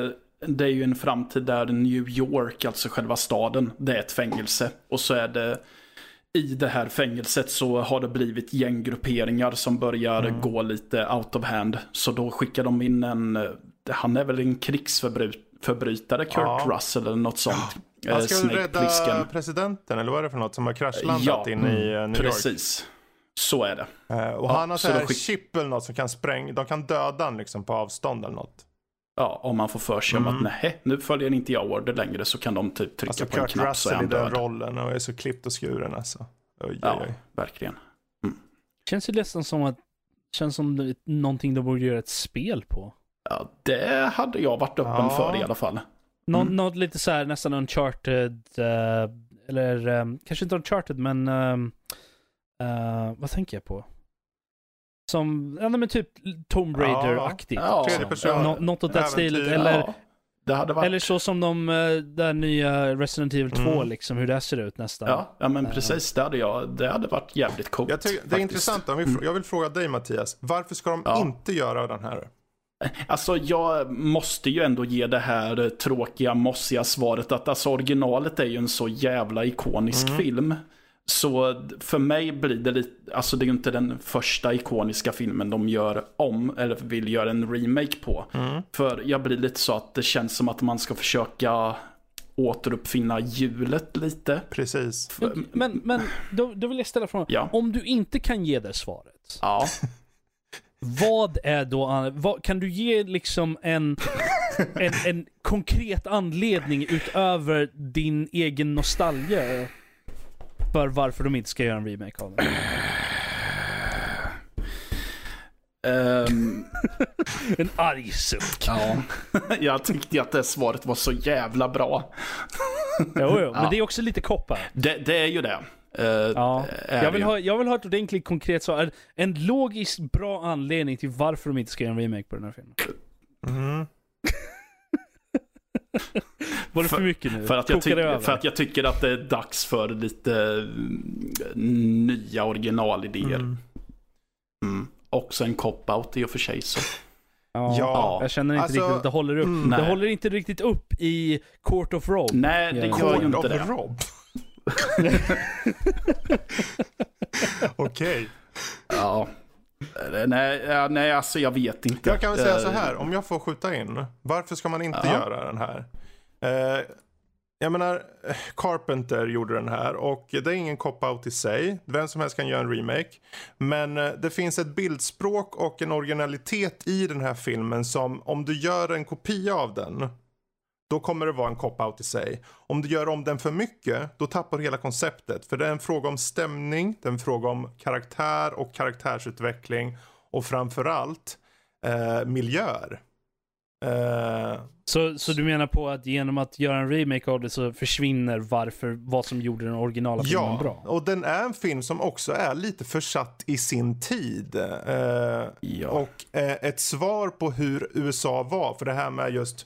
det är ju en framtid där New York, alltså själva staden, det är ett fängelse. Och så är det, i det här fängelset så har det blivit gänggrupperingar som börjar gå lite out of hand. Så då skickar de in han är väl en krigsförbrytare, Kurt Russell eller något sånt. Han ska rädda presidenten, eller vad är det för något som har kraschlandat in i New York? Precis. Så är det. Och han har så här chip eller något som kan de kan döda han liksom på avstånd eller något. Ja, om man får för sig om att nej, nu följer inte jag order längre, så kan de typ trycka på en knapp Russell så är han död. i den rollen och är så klippt och skuren alltså. Oj. Verkligen. Känns det nästan som någonting de borde göra ett spel på. Ja, det hade jag varit öppen för i alla fall. Något lite så här nästan Uncharted, eller kanske inte Uncharted, men vad tänker jag på? Som, men typ Tomb Raider-aktigt. Något åt det stilet. Eller, det hade varit... eller så som de där nya Resident Evil 2, liksom, hur det ser ut nästan. Ja men precis, det hade varit jävligt coolt. Det är intressant. Jag vill fråga dig, Mattias. Varför ska de inte göra den här? Alltså jag måste ju ändå ge det här tråkiga, mossiga svaret att alltså originalet är ju en så jävla ikonisk film. Så för mig blir det lite, alltså det är ju inte den första ikoniska filmen de gör om eller vill göra en remake på. För jag blir lite så att det känns som att man ska försöka återuppfinna hjulet lite. Precis. Men då vill jag ställa frågan. Ja. Om du inte kan ge det svaret. Ja. Vad är då, kan du ge liksom en konkret anledning utöver din egen nostalgia för varför de inte ska göra en remake av den? En arg suck. Ja. Jag tyckte att det svaret var så jävla bra. Jo, men det är också lite koppar. Det är ju det. Jag vill ha ett ordentligt konkret svar. En logiskt bra anledning till varför de inte ska göra en remake på den här filmen. Var det för mycket nu? För att jag tycker att det är dags för lite nya originalidéer. Också en cop-out i och för sig så. Ja, jag känner inte riktigt att det håller upp. Det håller inte riktigt upp i Court of Rob. Nej, det gör ju inte det. Rob. Okej. Ja. Nej, alltså jag vet inte. Jag kan väl säga så här, om jag får skjuta in. Varför ska man inte göra den här? Jag menar, Carpenter gjorde den här och det är ingen cop-out i sig. Vem som helst kan göra en remake. Men det finns ett bildspråk och en originalitet i den här filmen som, om du gör en kopia av den, då kommer det vara en cop-out i sig. Om du gör om den för mycket, då tappar du hela konceptet. För det är en fråga om stämning, det är en fråga om karaktär och karaktärsutveckling. Och framförallt miljöer. Så du menar på att genom att göra en remake av det så försvinner vad som gjorde den originala filmen bra? Ja, och den är en film som också är lite försatt i sin tid. Och ett svar på hur USA var, för det här med just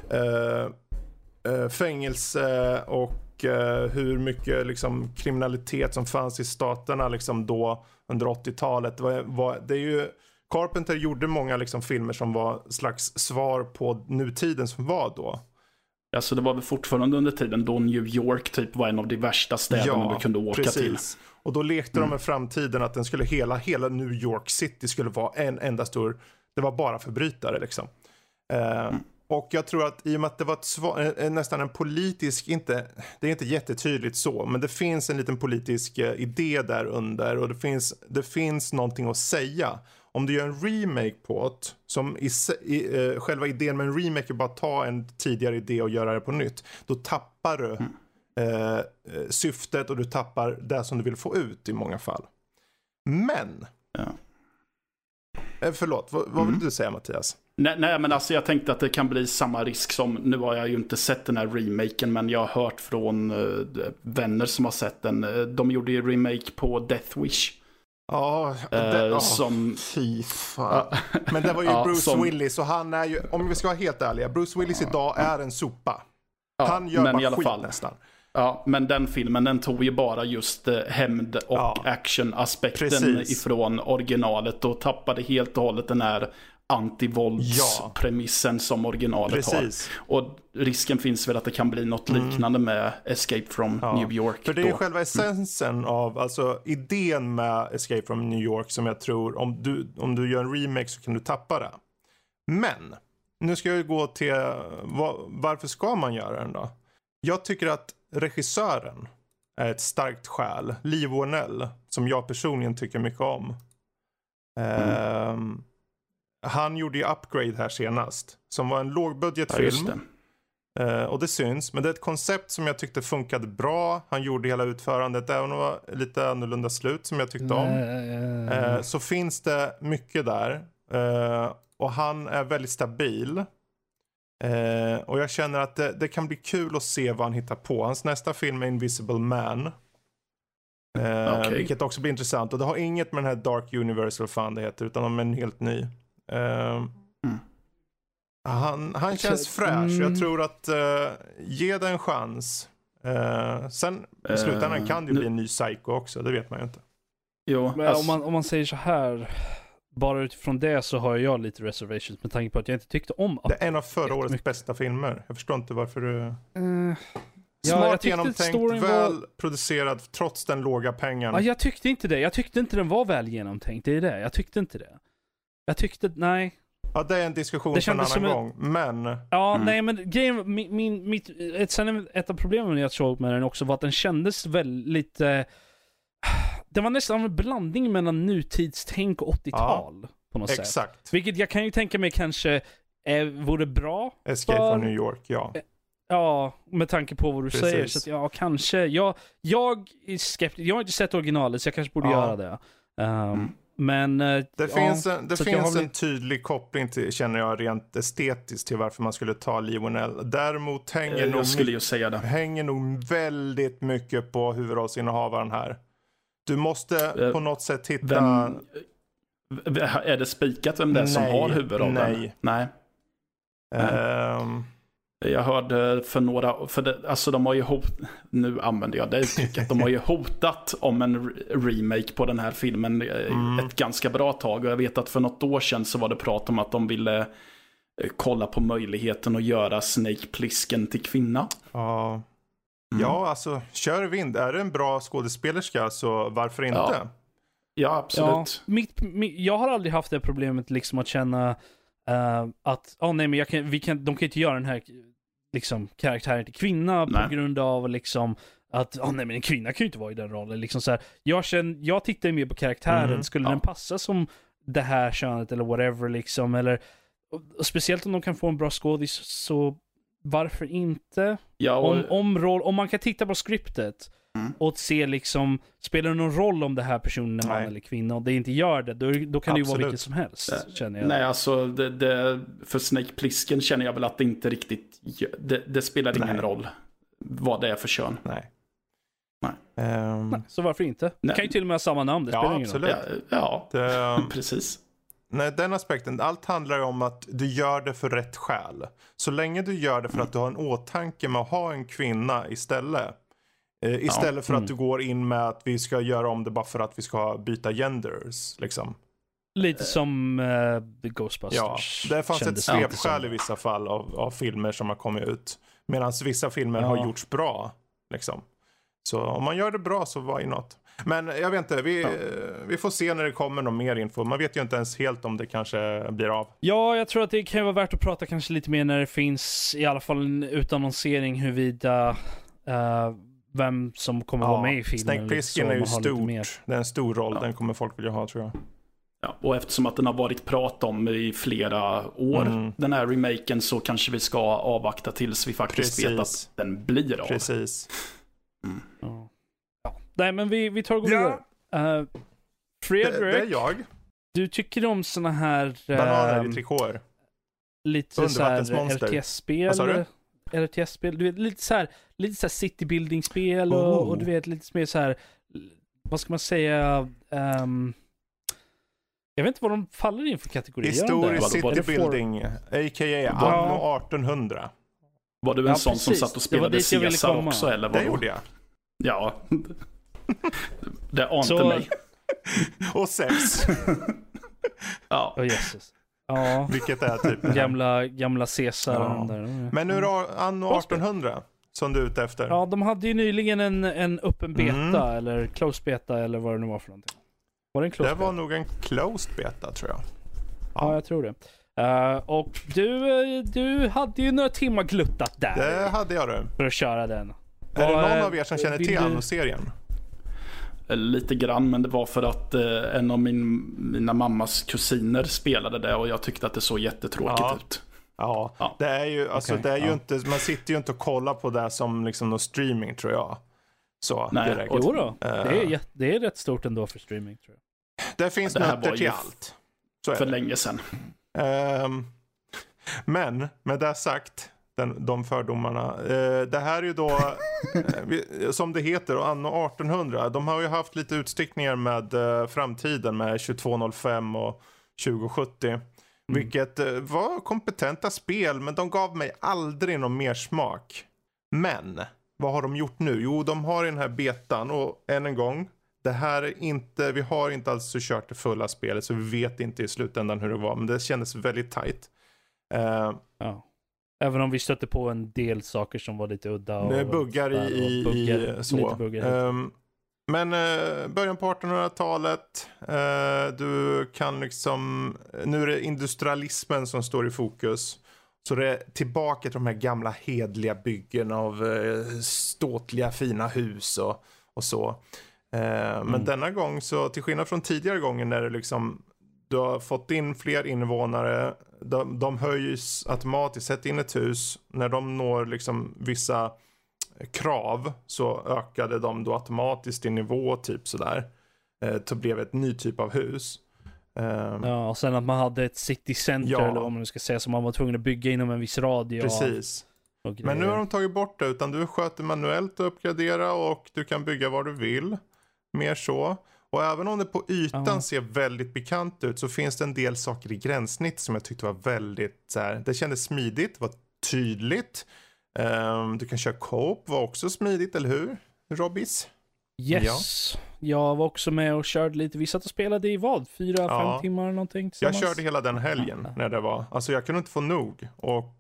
fängelse och hur mycket liksom kriminalitet som fanns i staterna liksom då under 80-talet. Det är ju, Carpenter gjorde många liksom filmer som var slags svar på nutiden som var då. Alltså det var väl fortfarande under tiden då New York typ var en av de värsta städerna du kunde åka till. Och då lekte de med framtiden att den skulle hela New York City skulle vara en enda stor, det var bara förbrytare liksom. Och jag tror att i och med att det var nästan en politisk, det är inte jättetydligt så, men det finns en liten politisk idé där under och det finns någonting att säga. Om du gör en remake på det, som själva idén med en remake är bara att ta en tidigare idé och göra det på nytt, då tappar du syftet och du tappar det som du vill få ut i många fall. Men förlåt, vad vill du säga, Mattias? Nej, men alltså jag tänkte att det kan bli samma risk som, nu har jag ju inte sett den här remaken, men jag har hört från vänner som har sett den. De gjorde ju remake på Death Wish. Fy fan. Men det var ju Bruce Willis, och han är ju, om vi ska vara helt ärliga, Bruce Willis idag är en sopa. Han gör bara skit fall. Nästan. Ja, men den filmen, den tog ju bara just hämnd och action-aspekten ifrån originalet och tappade helt och hållet den här antivåldspremissen som originalet har. Och risken finns väl att det kan bli något liknande med Escape from New York. För det är ju själva essensen av, alltså idén med Escape from New York som jag tror, om du gör en remake så kan du tappa det. Men, nu ska jag gå till varför ska man göra den då? Jag tycker att regissören är ett starkt skäl. Lee Whannell, som jag personligen tycker mycket om. Han gjorde ju Upgrade här senast, som var en lågbudgetfilm. Och det syns, men det är ett koncept som jag tyckte funkade bra. Han gjorde hela utförandet, även om det var lite annorlunda slut som jag tyckte om. Så finns det mycket där. Och han är väldigt stabil. Och jag känner att det kan bli kul att se vad han hittar på. Hans nästa film är Invisible Man. Vilket också blir intressant. Och det har inget med den här Dark Universal fan det heter, utan de är en helt ny. Han känns fräsch. Jag tror att ge det en chans. Sen i slutändan kan det bli en ny Psycho också. Det vet man ju inte. Jo, men om man säger så här, bara utifrån det så har jag lite reservations med tanke på att jag inte tyckte om det är en av förra årets bästa filmer. Jag förstår inte varför du... Smart genomtänkt, väl producerad trots den låga pengen. Ja, jag tyckte inte det. Jag tyckte inte den var väl genomtänkt. Det är det. Jag tyckte inte det. Nej. Ja, det är en diskussion för en annan gång. Men... Ja, nej, men grejen... Ett av problemen jag såg med den också var att den kändes väldigt... det var nästan en blandning mellan nutidstänk och 80-tal. På något sätt. Vilket jag kan ju tänka mig kanske vore bra. Escape from New York, ja. Ja, med tanke på vad du säger. Så att, ja, kanske. Jag är skeptisk. Jag har inte sett originalet, så jag kanske borde göra det. Men det finns en tydlig koppling till, känner jag, rent estetiskt till varför man skulle ta Lee Whannell. Däremot hänger nog väldigt mycket på huvudrollsinnehavaren här. Du måste på något sätt hitta... Är det spikat vem det är som har huvudrollen? Nej. Jag hörde för några... alltså de har ju nu använder jag det uttrycket. De har ju hotat om en remake på den här filmen ett ganska bra tag. Och jag vet att för något år sedan så var det prat om att de ville kolla på möjligheten att göra Snake Plissken till kvinna. Ja. Ja, alltså kör vind. Är det en bra skådespelerska så varför inte? Ja, absolut. Ja, jag har aldrig haft det problemet liksom att känna att nej, men de kan inte göra den här liksom karaktären till kvinna på grund av liksom att nej, men en kvinna kan ju inte vara i den rollen liksom så här. Jag tittar ju mer på karaktären. Skulle den passa som det här könet eller whatever liksom, eller och speciellt om de kan få en bra skådis, så varför inte? Ja, om man kan titta på skriptet och se liksom, spelar det någon roll om det här personen är man eller kvinna, och det inte gör det, då kan det ju vara vilket som helst, känner jag. Nej, alltså för Snake Plissken känner jag väl att det inte riktigt det spelar ingen roll vad det är för kön. Nej. Så varför inte? Det kan ju till och med ha samma namn, det spelar ingen roll. Ja, precis. Nej, den aspekten, allt handlar ju om att du gör det för rätt skäl. Så länge du gör det för att du har en åtanke med att ha en kvinna istället för att du går in med att vi ska göra om det bara för att vi ska byta genders liksom. Lite som The Ghostbusters. Ja, det fanns ett svepskäl i vissa fall av filmer som har kommit ut, medan vissa filmer har gjorts bra liksom. Så om man gör det bra så why not? Men jag vet inte, vi får se när det kommer någon mer info. Man vet ju inte ens helt om det kanske blir av. Ja, jag tror att det kan vara värt att prata kanske lite mer när det finns i alla fall en utannonsering huruvida vem som kommer vara med i filmen. Snake Plissken är ju stort. Det är en stor roll, den kommer folk vilja ha, tror jag. Ja, och eftersom att den har varit prat om i flera år, den här remaken, så kanske vi ska avvakta tills vi faktiskt vet att den blir av. Precis. Ja. Nej, men vi tar och går vidare. Fredrik, det är jag. Du tycker om såna här bananer i trikåer. Lite så här RTS-spel. RTS-spel. Du vet, lite så här citybuilding-spel och du vet lite mer så här, vad ska man säga, jag vet inte vad de faller in för kategorier. Historisk citybuilding, a.k.a. Anno 1800. Var du en sån som satt och spelade Caesar också, eller vad? Det gjorde jag. Ja. Det ante mig. Och Zeus. Ja. Oh, Jesus. Ja. Vilket är typ Gamla Caesar. Ja. Där. Men nu då, anno 1800 som du är ute efter. Ja, de hade ju nyligen en öppen beta eller closed beta eller vad det nu var för någonting. Var det en closed Det var beta? nog en closed beta tror jag. Ja, jag tror det. Och du hade ju några timmar gluttat där. Det hade jag det. För att köra den. Är det någon av er som känner till Anno-serien? Lite grann, men det var för att en av mina mammas kusiner spelade det och jag tyckte att det såg jättetråkigt ut. Ja, det är ju, alltså, Okay. det är ju inte, man sitter ju inte och kollar på det som liksom någon streaming tror jag. Så Nej, direkt. Jo då, det är rätt stort ändå för streaming tror jag. Det finns nötter till allt. Så är för det. länge sedan. Men med det sagt, de fördomarna. Det här är ju då, som det heter, anno 1800. De har ju haft lite utstickningar med framtiden med 2205 och 2070. Vilket var kompetenta spel, men de gav mig aldrig någon mer smak. Men, vad har de gjort nu? Jo, de har i den här betan, och än en gång, det här är inte, vi har inte alltså kört det fulla spelet, så vi vet inte i slutändan hur det var, men det kändes väldigt tight. Ja. Även om vi stötte på en del saker som var lite udda. Och det buggar i så. Lite buggar. Men början på 1800-talet, du kan liksom, nu är det industrialismen som står i fokus. Så det är tillbaka till de här gamla hedliga byggen av ståtliga fina hus och så. Men denna gång så, till skillnad från tidigare gånger när det liksom, du har fått in fler invånare, de höjs automatiskt, sätt in ett hus, när de når liksom vissa krav så ökade de då automatiskt i nivå typ sådär. Det blev ett ny typ av hus. Ja, och sen att man hade ett city center eller vad man nu ska säga, som man var tvungen att bygga inom en viss radie. Precis. Men nu har de tagit bort det, utan du sköter manuellt och uppgradera och du kan bygga vad du vill. Mer så. Och även om det på ytan ser väldigt bekant ut så finns det en del saker i gränssnitt som jag tyckte var väldigt så här, det kändes smidigt, var tydligt. Du kan köra co-op, var också smidigt, eller hur? Robbis? Yes. Ja. Jag var också med och körde lite. Vi satt och spelade i 4-5 timmar någonting tillsammans. Jag körde hela den helgen när det var. Alltså jag kunde inte få nog. Och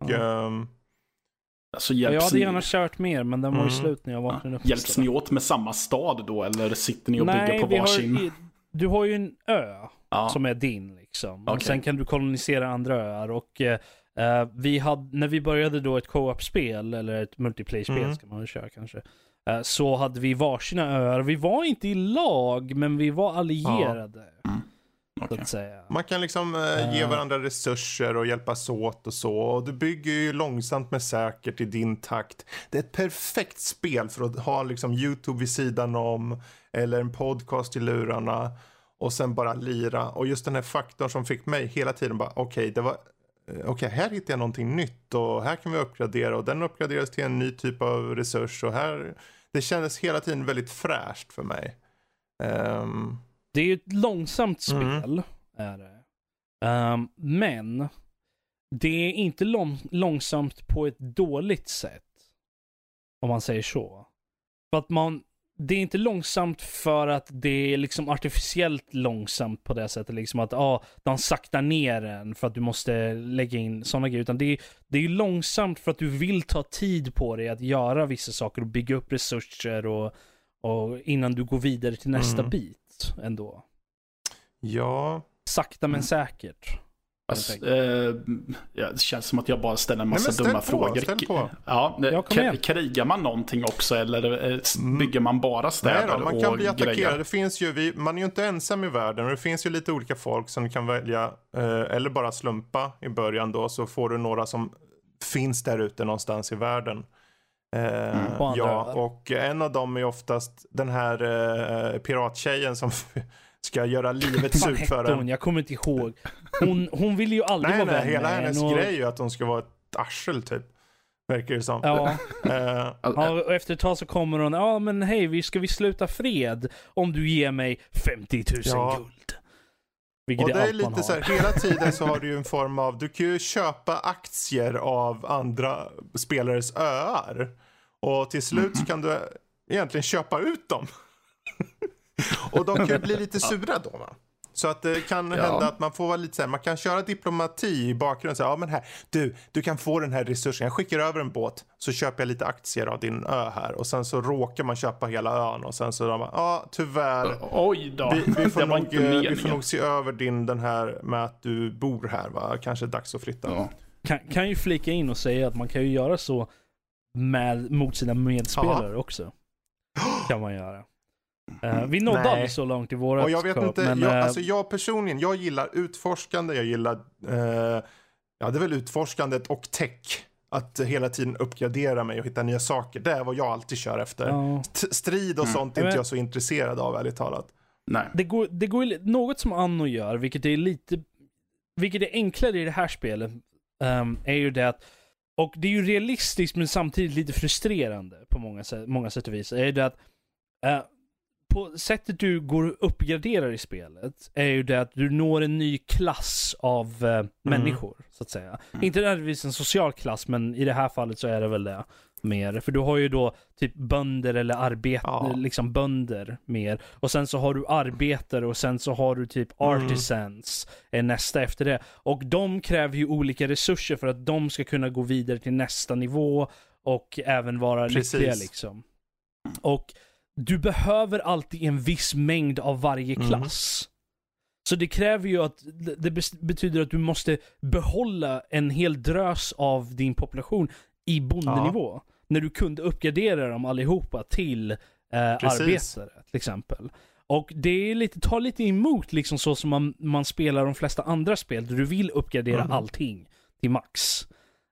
alltså, jag hade gärna kört mer, men den var ju slut när jag vaknade upp. Hjälps ni åt med samma stad då, eller sitter ni och bygger på varsin? Du har ju en ö som är din liksom. Och sen kan du kolonisera andra öar. Och när vi började då ett co-op-spel, eller ett multiplayer-spel ska man väl köra kanske, så hade vi varsina öar. Vi var inte i lag, men vi var allierade. Så att säga. Man kan liksom ge varandra resurser och hjälpas åt och så. Och du bygger ju långsamt men säkert i din takt. Det är ett perfekt spel för att ha liksom YouTube vid sidan om, eller en podcast i lurarna, och sen bara lira. Och just den här faktorn som fick mig hela tiden bara, okej, här hittar jag någonting nytt och här kan vi uppgradera, och den uppgraderas till en ny typ av resurs, och här, det kändes hela tiden väldigt fräscht för mig. Det är ju ett långsamt spel, är det. Men det är inte långsamt på ett dåligt sätt, om man säger så. För att det är inte långsamt för att det är liksom artificiellt långsamt på det sättet, liksom att de saktar ner den för att du måste lägga in sådana grejer, utan det är långsamt för att du vill ta tid på dig att göra vissa saker och bygga upp resurser och innan du går vidare till nästa bit ändå. Ja. Sakta men säkert. Det känns som att jag bara ställer en massa dumma frågor. Ställ på. Ja, krigar man någonting också, eller bygger man bara städer? Nej då, man kan bli attackerad. Det finns ju, man är ju inte ensam i världen, och det finns ju lite olika folk som du kan välja, eller bara slumpa i början då, så får du några som finns där ute någonstans i världen. Och en av dem är oftast den här pirattjejen som ska göra livet surt för en. Jag kommer inte ihåg. Hon vill ju aldrig vara vän. Hela hennes grej är ju att hon ska vara ett arsel typ. Verkar det som. Ja. Och efter ett tag så kommer hon, men hej, ska vi sluta fred om du ger mig 50 000 guld. Vilket och det är lite så här, hela tiden så har du ju en form av, du kan ju köpa aktier av andra spelares öar. Och till slut så kan du egentligen köpa ut dem. Och de kan ju bli lite sura då, va? Så att det kan hända att man får vara lite så här, man kan köra diplomati i bakgrunden. Så här, ja men här, du kan få den här resursen. Jag skickar över en båt så köper jag lite aktier av din ö här. Och sen så råkar man köpa hela ön. Och sen så de bara, tyvärr. Oj då. Vi får nog se över den här med att du bor här, va? Kanske är dags att flytta. Ja. Kan ju flika in och säga att man kan ju göra så mot sina medspelare också. Kan man göra. Vi nådde aldrig så långt i vårat. Och jag vet inte, jag personligen, jag gillar utforskande, jag gillar det är väl utforskandet och tech. Att hela tiden uppgradera mig och hitta nya saker. Det är vad jag alltid kör efter. Strid och sånt är inte jag så intresserad av, ärligt talat. Nej. Det går något som Anno gör, vilket är enklare i det här spelet, är ju det att, och det är ju realistiskt men samtidigt lite frustrerande på många sätt och vis, är det att på sättet du går och uppgraderar i spelet är ju det att du når en ny klass av människor, så att säga. Inte nödvändigtvis en social klass, men i det här fallet så är det väl det mer. För du har ju då typ bönder eller liksom bönder mer. Och sen så har du arbetare och sen så har du typ artisans är nästa efter det. Och de kräver ju olika resurser för att de ska kunna gå vidare till nästa nivå och även vara lyckliga liksom. Och du behöver alltid en viss mängd av varje klass. Så det kräver ju att det betyder att du måste behålla en hel drös av din population i bondenivå. När du kunde uppgradera dem allihopa till arbetare till exempel. Och det är tar lite emot liksom så som man spelar de flesta andra spel där du vill uppgradera allting till max.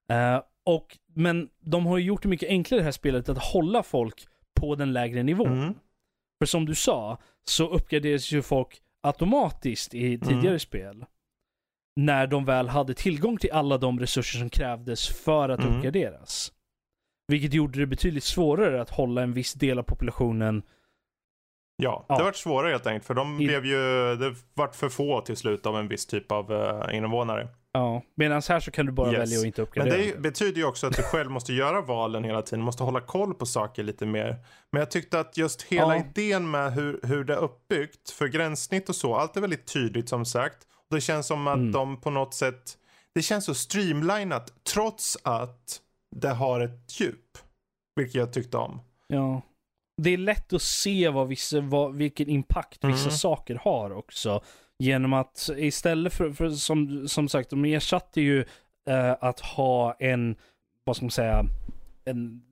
Men de har ju gjort det mycket enklare i det här spelet att hålla folk på den lägre nivån. För som du sa så uppgraderas ju folk automatiskt i tidigare spel när de väl hade tillgång till alla de resurser som krävdes för att uppgraderas. Vilket gjorde det betydligt svårare att hålla en viss del av populationen. Ja, det var svårare helt enkelt. För det var för få till slut av en viss typ av invånare. Ja, medan här så kan du bara välja att inte uppgradera. Men det betyder ju också att du själv måste göra valen hela tiden. Måste hålla koll på saker lite mer. Men jag tyckte att just hela idén med hur det är uppbyggt för gränssnitt och så. Allt är väldigt tydligt som sagt. Och det känns som att de på något sätt, det känns så streamlinat trots att det har ett djup. Vilket jag tyckte om. Ja. Det är lätt att se vilken impact vissa saker har också. Genom att istället för som sagt, de ersatte ju att ha en, vad ska man säga, en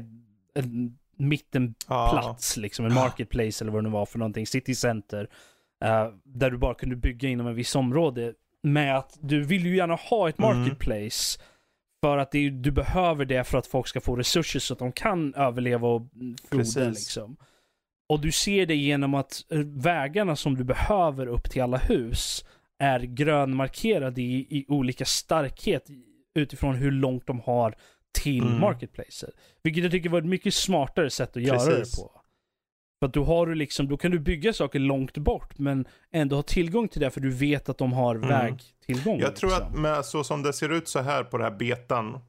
mittenplats, liksom en marketplace eller vad det nu var för någonting, city center, där du bara kunde bygga inom en viss område. Med att du vill ju gärna ha ett marketplace för att du behöver det för att folk ska få resurser så att de kan överleva och froda liksom. Och du ser det genom att vägarna som du behöver upp till alla hus är grönmarkerade i olika starkhet utifrån hur långt de har till marketplacer. Vilket jag tycker var ett mycket smartare sätt att göra det på. För att då kan du bygga saker långt bort men ändå ha tillgång till det för du vet att de har vägtillgång. Jag tror att med så som det ser ut så här på det här betan,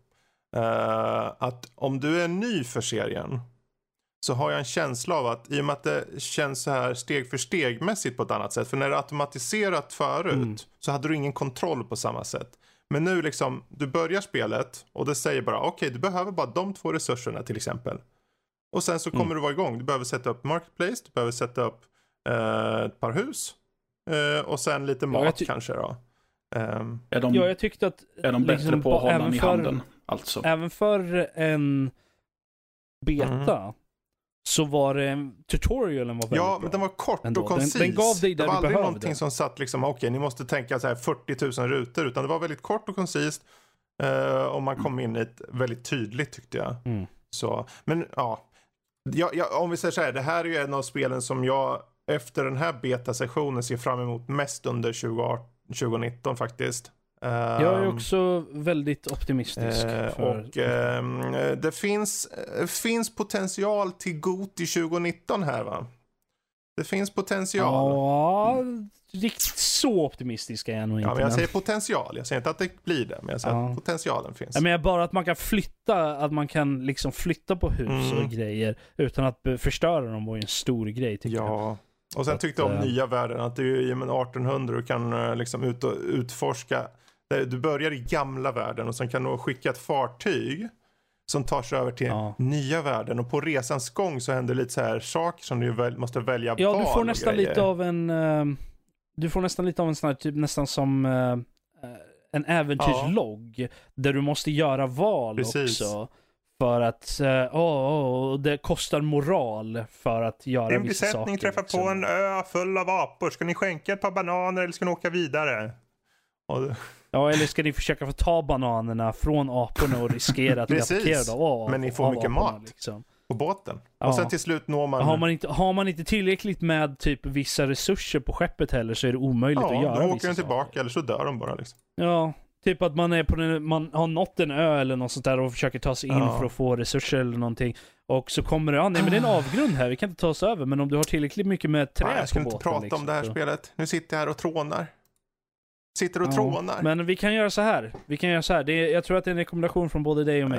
att om du är ny för serien så har jag en känsla av att i och med att det känns så här steg för stegmässigt på ett annat sätt. För när det är automatiserat förut så hade du ingen kontroll på samma sätt. Men nu liksom, du börjar spelet och det säger bara okej, du behöver bara de 2 resurserna till exempel. Och sen så kommer du vara igång. Du behöver sätta upp marketplace, du behöver sätta upp ett par hus och sen lite mat kanske då. Jag tyckte att är de bättre på att hålla den i handen alltså. Även för en beta så var tutorialen var väldigt bra. Men den var kort och koncis. Den gav dig där det var aldrig behövde. Någonting som satt liksom, okej, ni måste tänka så här 40 000 rutor, utan det var väldigt kort och koncist och man kom in i ett väldigt tydligt tyckte jag. Så, men om vi säger så här, det här är ju en av spelen som jag efter den här beta-sessionen ser fram emot mest under 2019 faktiskt. Jag är också väldigt optimistisk. Det finns potential till GOTY 2019 här, va? Det finns potential. Ja, riktigt så optimistisk är jag nog inte. Ja, men jag säger potential. Jag säger inte att det blir det, men jag säger att potentialen finns. Jag menar bara att man kan flytta, liksom flytta på hus och grejer utan att förstöra dem var ju en stor grej tycker jag. Och sen tyckte jag om nya världen, att du är i 1800 och kan liksom ut och utforska. Du börjar i gamla världen och sen kan du skicka ett fartyg som tar sig över till nya världen. Och på resans gång så händer lite så här saker som du måste välja val. Ja, du får nästan lite av en... Du får nästan lite av en sån här typ nästan som en äventyrslogg där du måste göra val också. För att det kostar moral för att göra vissa saker. Din besättning träffar på en ö full av apor. Ska ni skänka ett par bananer eller ska ni åka vidare? Ja, eller ska ni försöka få ta bananerna från aporna och riskera att bli attackerade? Men ni får mycket aporna, mat liksom. På båten. Och sen till slut når man... Har man inte tillräckligt med typ vissa resurser på skeppet heller så är det omöjligt att göra vissa saker. Ja, då åker den tillbaka eller så dör de bara liksom. Ja, typ att man har nått en ö eller något sånt där och försöker ta sig in för att få resurser eller någonting. Och så kommer det, nej men det är en avgrund här, vi kan inte ta oss över. Men om du har tillräckligt mycket med trä på båten. Jag ska inte prata liksom, om det här spelet. Nu sitter jag här och trånar. Trånar. Men vi kan göra så här. Jag tror att det är en rekommendation från både dig och mig.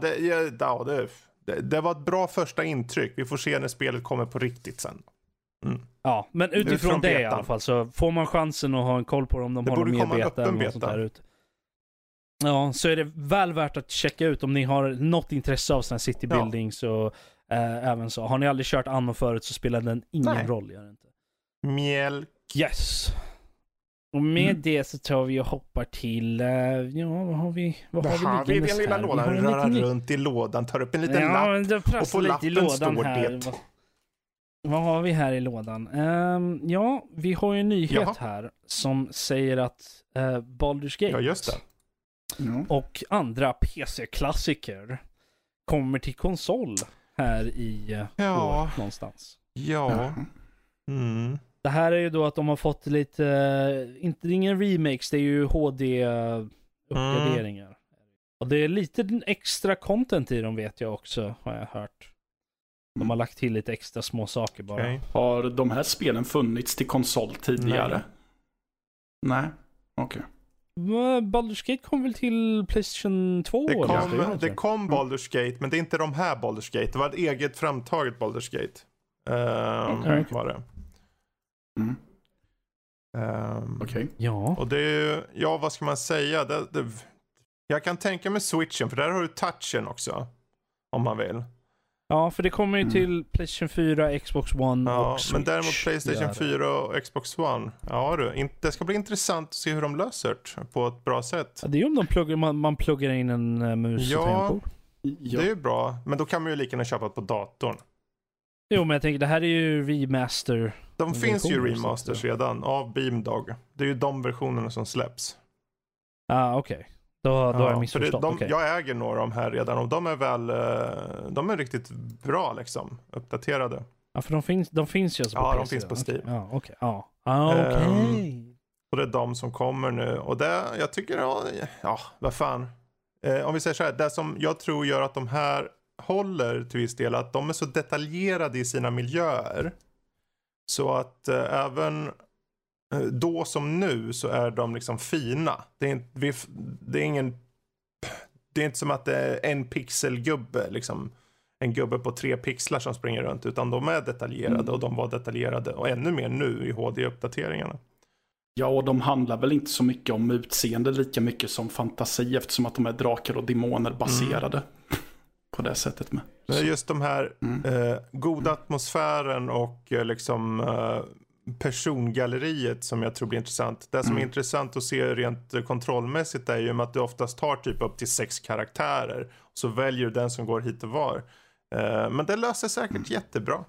Det var ett bra första intryck. Vi får se när spelet kommer på riktigt sen. Ja, men utifrån det i alla fall så får man chansen att ha en koll på om de har någon mer beta eller något sånt där ute. Ja, så är det väl värt att checka ut om ni har något intresse av sådana här city buildings och även så. Har ni aldrig kört Anno förut så spelar den ingen roll, gör det inte. Mjölk. Yes. Och med det så tar vi och hoppar till vad har vi i den lilla lådan? Röra runt i lådan, tar upp en liten lapp och får lappen står det. Vad har vi här i lådan? Vi har ju en nyhet här som säger att Baldur's Gate. Ja, just det. Och andra PC-klassiker kommer till konsol här i år någonstans. Ja. Det här är ju då att de har fått lite, inte ingen remakes, det är ju HD-uppgraderingar. Och det är lite extra content i dem vet jag också, har jag hört. De har lagt till lite extra små saker bara. Okay. Har de här spelen funnits till konsol tidigare? Nej. Okej. Baldur's Gate kom väl till PlayStation 2? Det kom Baldur's Gate, men det är inte de här Baldur's Gate. Det var ett eget framtaget Baldur's Gate. Var det. Okej. Ja. Och det är ju, vad ska man säga? Jag kan tänka mig Switchen, för där har du touchen också. Om man vill. Ja, för det kommer ju till PlayStation 4, Xbox One och Switch. Men däremot PlayStation 4 och Xbox One. Ja du, det ska bli intressant att se hur de löser det på ett bra sätt. Ja, det är ju om man pluggar in en mus och tangentbord. Ja, det är ju bra. Men då kan man ju lika gärna köpa på datorn. Jo, men jag tänker, det här är ju remaster. De finns ju remasters redan av Beamdog. Det är ju de versionerna som släpps. Okej. Då har jag missförstått. Jag äger några av dem här redan och de är de är riktigt bra liksom, uppdaterade. Ja, för de finns ju alltså på PC. De finns på Steam. Ja, okej. Okej. Och det är de som kommer nu. Och det, jag tycker, vad fan. Om vi säger så här, det som jag tror gör att de här håller till viss del, att de är så detaljerade i sina miljöer. Så att även då som nu så är de liksom fina. Det är inte som att det är en pixelgubbe liksom. En gubbe på 3 pixlar som springer runt, utan de är detaljerade och de var detaljerade och ännu mer nu i HD-uppdateringarna. Ja, och de handlar väl inte så mycket om utseende lika mycket som fantasi, eftersom att de är drakar och demoner baserade på det sättet med. Men just de här goda atmosfären och liksom persongalleriet som jag tror blir intressant. Det som är intressant att se rent kontrollmässigt är ju att du oftast har typ upp till 6 karaktärer. Så väljer du den som går hit och var. Men det löser säkert jättebra.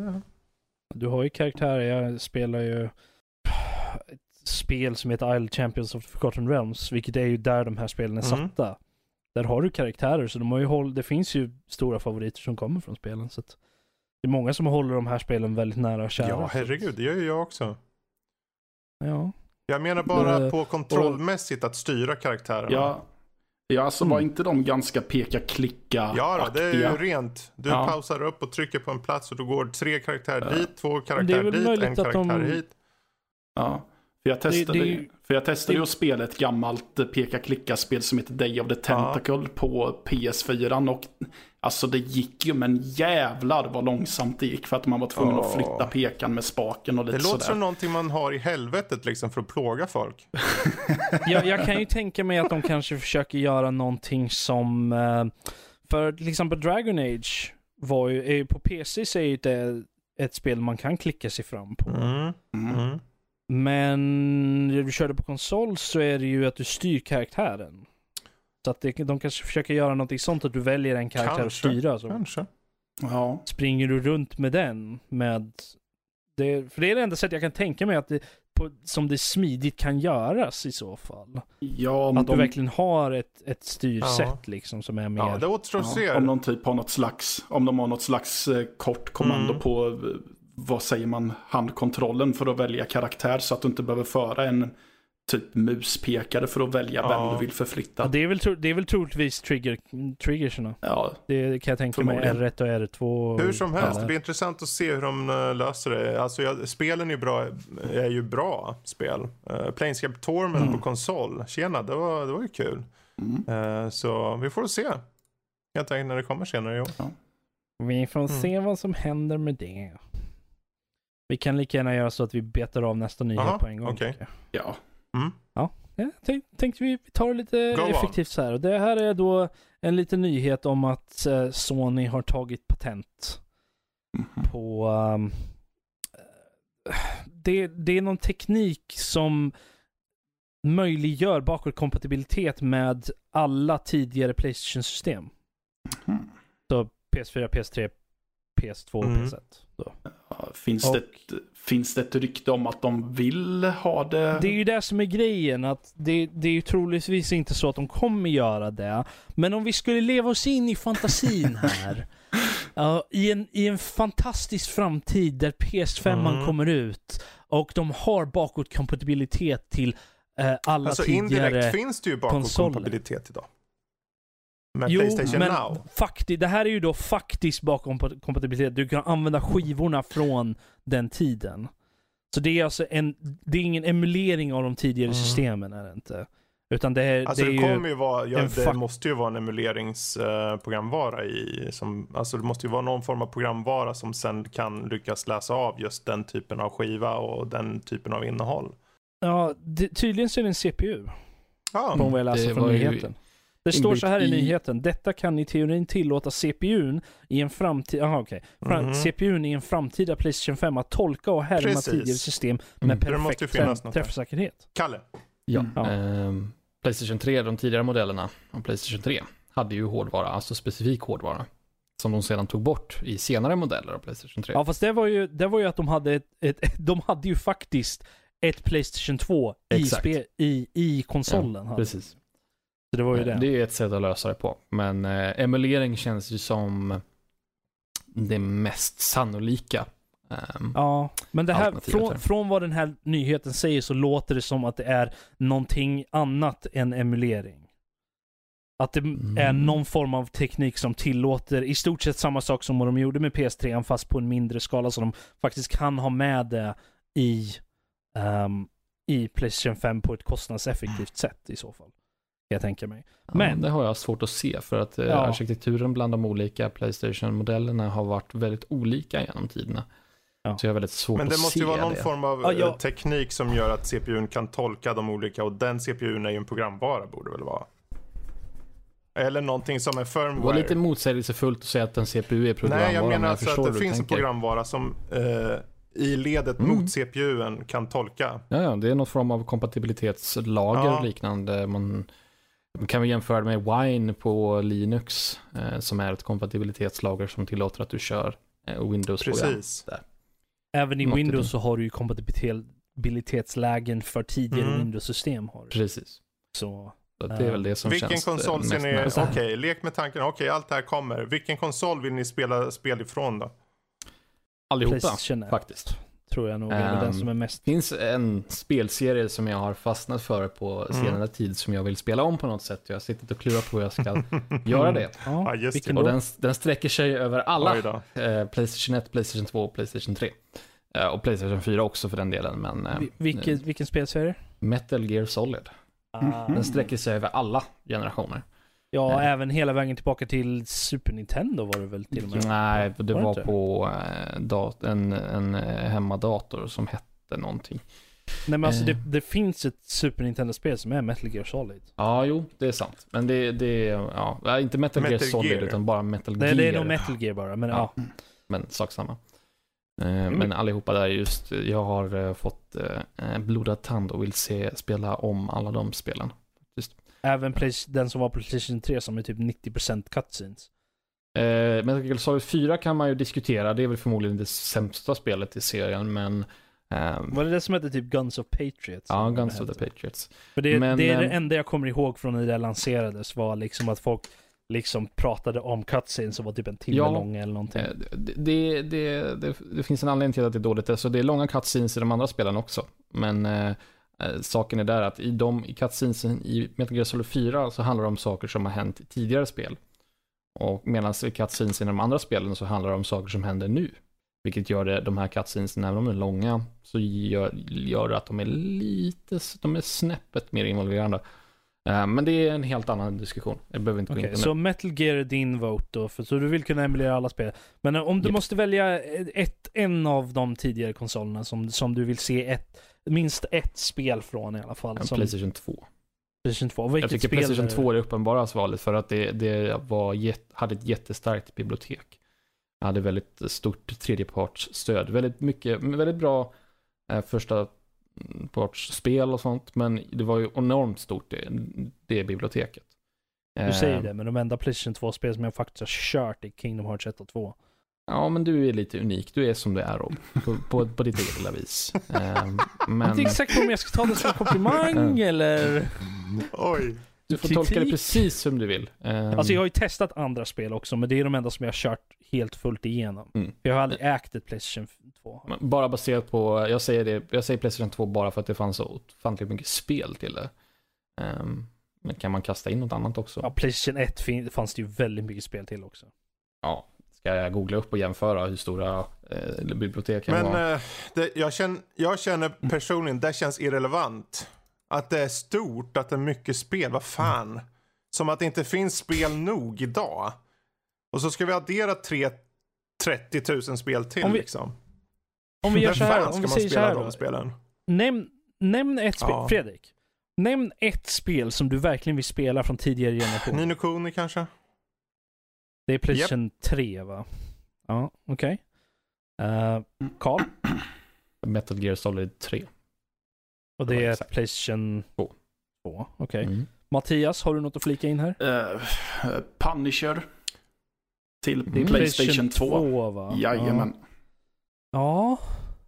Du har ju karaktärer. Jag spelar ju ett spel som heter Isle Champions of the Forgotten Realms, vilket är ju där de här spelen är satta. Där har du karaktärer, så de har ju det finns ju stora favoriter som kommer från spelen, så att det är många som håller de här spelen väldigt nära och kära. Ja, herregud, det gör ju jag också. Ja. Jag menar bara på kontrollmässigt att styra karaktärerna. Ja, alltså var inte de ganska peka-klicka-aktiga? Ja, det är ju rent. Du pausar upp och trycker på en plats och då går 3 karaktärer dit, 2 karaktärer dit, en karaktär hit. Ja, för jag testade ju att spela ett gammalt peka-klicka-spel som heter Day of the Tentacle på PS4, och Alltså det gick ju, men jävlar vad långsamt det gick för att man var tvungen att flytta pekan med spaken och lite sådär. Det låter som någonting man har i helvetet liksom för att plåga folk. Jag kan ju tänka mig att de kanske försöker göra någonting som... För till exempel Dragon Age var ju... På PC så är ju det ett spel man kan klicka sig fram på. Men när du körde på konsol så är det ju att du styr karaktären. Så att de kanske försöker göra någonting sånt att du väljer en karaktär att styra. Så. Kanske. Ja. Springer du runt med den med det, för det är det enda sätt jag kan tänka mig att som det smidigt kan göras i så fall. Ja, att du verkligen har ett styrsätt liksom som är mer... Ja, det återstår att se. Om de typ har något slags kort kommando på, vad säger man, handkontrollen för att välja karaktär så att du inte behöver föra en typ muspekare för att välja vem du vill förflytta. Ja, det är väl troligtvis triggersna. Ja, det kan jag tänka mig. R1 och R2. Hur som helst, det blir intressant att se hur de löser det. Alltså, spelen är ju bra spel. Planescape Torment på konsol. Tjena, det var ju kul. Så vi får se. Jag tänker när det kommer senare i år. Ja. Vi får se vad som händer med det. Vi kan lika gärna göra så att vi betar av nästa nyhet på en gång. Okay. Ja. Ja, tänkte vi tar det lite effektivt så här. Och det här är då en liten nyhet om att Sony har tagit patent på... det är någon teknik som möjliggör bakåtkompatibilitet med alla tidigare PlayStation-system. Så PS4, PS3, PS2 och PS1. Så. Finns det ett rykte om att de vill ha det? Det är ju det som är grejen, att det är ju troligtvis inte så att de kommer göra det. Men om vi skulle leva oss in i fantasin här, i en fantastisk framtid där PS5 kommer ut och de har bakåtkompatibilitet till alla alltså tidigare indirekt finns det ju bakåtkompatibilitet idag. Med PlayStation men Now. Det här är ju då faktiskt bakåtkompatibilitet. Du kan använda skivorna från den tiden. Så det är alltså det är ingen emulering av de tidigare systemen, är det inte. Utan det är, alltså det är kommer ju vara, det måste ju vara en emuleringsprogramvara alltså det måste ju vara någon form av programvara som sen kan lyckas läsa av just den typen av skiva och den typen av innehåll. Ja, tydligen så är det en CPU. Ja. På vad jag läser från nyheten. Det står så här i nyheten. Detta kan i teorin tillåta CPUn i en CPUn i en framtida PlayStation 5 att tolka och härma tidigare system med perfekt träffsäkerhet. Kalle. Ja. PlayStation 3, de tidigare modellerna av PlayStation 3 hade ju hårdvara, alltså specifik hårdvara, som de sedan tog bort i senare modeller av PlayStation 3. Ja, fast det var ju att de hade de hade ju faktiskt ett PlayStation 2 i konsolen. Ja, precis. Så det var ju det är ett sätt att lösa det på. Men emulering känns ju som det mest sannolika. Ja, men det här från vad den här nyheten säger så låter det som att det är någonting annat än emulering. Att det är någon form av teknik som tillåter i stort sett samma sak som de gjorde med PS3 fast på en mindre skala, så de faktiskt kan ha med det i PlayStation 5 på ett kostnadseffektivt sätt i så fall. Jag tänker mig. Men det har jag svårt att se för att arkitekturen bland de olika PlayStation-modellerna har varit väldigt olika genom tiderna. Så jag är väldigt svårt att se. Men det måste ju vara någon form av teknik som gör att CPUn kan tolka de olika, och den CPUn är ju en programvara, borde väl vara. Eller någonting som är firmware. Det var lite motsägelsefullt att säga att en CPU är programvara. Nej, jag menar alltså att det finns en programvara som i ledet mot CPUn kan tolka. Ja, det är någon form av kompatibilitetslager liknande. Man kan vi jämföra med Wine på Linux som är ett kompatibilitetslager som tillåter att du kör Windows-program. Där. Även i Windows så har du ju kompatibilitetslägen för tidigare Windows-system. Precis. Så det är väl det som vilken känns konsol ser ni? Okej, lek med tanken. Okej, allt det här kommer. Vilken konsol vill ni spela spel ifrån då? Allihopa, faktiskt. Tror jag nog är den som är mest. Det finns en spelserie som jag har fastnat för på senare tid som jag vill spela om på något sätt. Jag har suttit och klurat på hur jag ska göra det. Ja, just det. Och den sträcker sig över alla. PlayStation 1, PlayStation 2 och PlayStation 3. Och PlayStation 4 också för den delen. Men, vilken spelserie? Metal Gear Solid. Den sträcker sig över alla generationer. Ja, även hela vägen tillbaka till Super Nintendo var det väl till och med? Nej, det var det på en hemmadator som hette någonting. Nej, men alltså det finns ett Super Nintendo-spel som är Metal Gear Solid. Ja, jo, det är sant. Men det inte Metal Gear Solid utan bara Metal Gear. Det är nog Metal Gear bara, men ja. Men sak samma. Men allihopa där just, jag har fått blodad tand och vill spela om alla de spelen. Just. Även den som var på PlayStation 3 som är typ 90% cutscenes. Metal Gear Solid 4 kan man ju diskutera. Det är väl förmodligen det sämsta spelet i serien, men var det som hette typ Guns of Patriots? Ja, Guns of the Patriots. För det är det enda jag kommer ihåg från när det lanserades var liksom att folk liksom pratade om cutscenes som var typ en timme lång eller någonting. Det finns en anledning till att det är dåligt. Alltså det är långa cutscenes i de andra spelen också. Men saken är där att i cutscenesen i Metal Gear Solid 4 så handlar det om saker som har hänt i tidigare spel. Och medan i cutscenes i de andra spelen så handlar det om saker som händer nu. Vilket gör de här cutscenesen, även om de är långa, så gör det att de är snäppet mer involverande. Men det är en helt annan diskussion. Jag behöver inte gå in på det. Så Metal Gear är din vote då, så du vill kunna emulera alla spel. Men om du måste välja en av de tidigare konsolerna som du vill se minst ett spel från i alla fall. PlayStation 2. PlayStation 2. Jag tycker PlayStation 2 är det uppenbarast valet för att det hade ett jättestarkt bibliotek. Jag hade väldigt stort tredjepartsstöd. Väldigt bra första partsspel och sånt, men det var ju enormt stort det biblioteket. Du säger det, men de enda PlayStation 2-spel som jag faktiskt har kört är Kingdom Hearts 1 och 2. Ja, men du är lite unik. Du är som du är, Rob. På ditt eget lilla vis. Men... Jag är inte exakt om jag ska ta det som en komplimang eller... Oj. Du får tolka det precis som du vill. Alltså jag har ju testat andra spel också, men det är de enda som jag har kört helt fullt igenom. Jag har aldrig ägt ett PlayStation 2. Bara baserat på, jag säger PlayStation 2 bara för att det fanns så ofantligt mycket spel till det. Men kan man kasta in något annat också? Ja, PlayStation 1 fanns det ju väldigt mycket spel till också. Ja, ska jag googla upp och jämföra hur stora biblioteken var? Men jag känner personligen, det känns irrelevant. Att det är stort, att det är mycket spel, vad fan. Som att det inte finns spel nog idag. Och så ska vi addera 30 000 spel till liksom. Om vi gör så här, om vi säger så här de spelen? Nämn ett spel, Fredrik. Nämn ett spel som du verkligen vill spela från tidigare generation. Ni no Kuni kanske? Det är PlayStation 3, va? Ja, okej. Carl? Metal Gear Solid 3. Och det är PlayStation 2. Okej. Mattias, har du något att flika in här? Punisher. Till det är PlayStation 2. Va? Jajamän. Ja.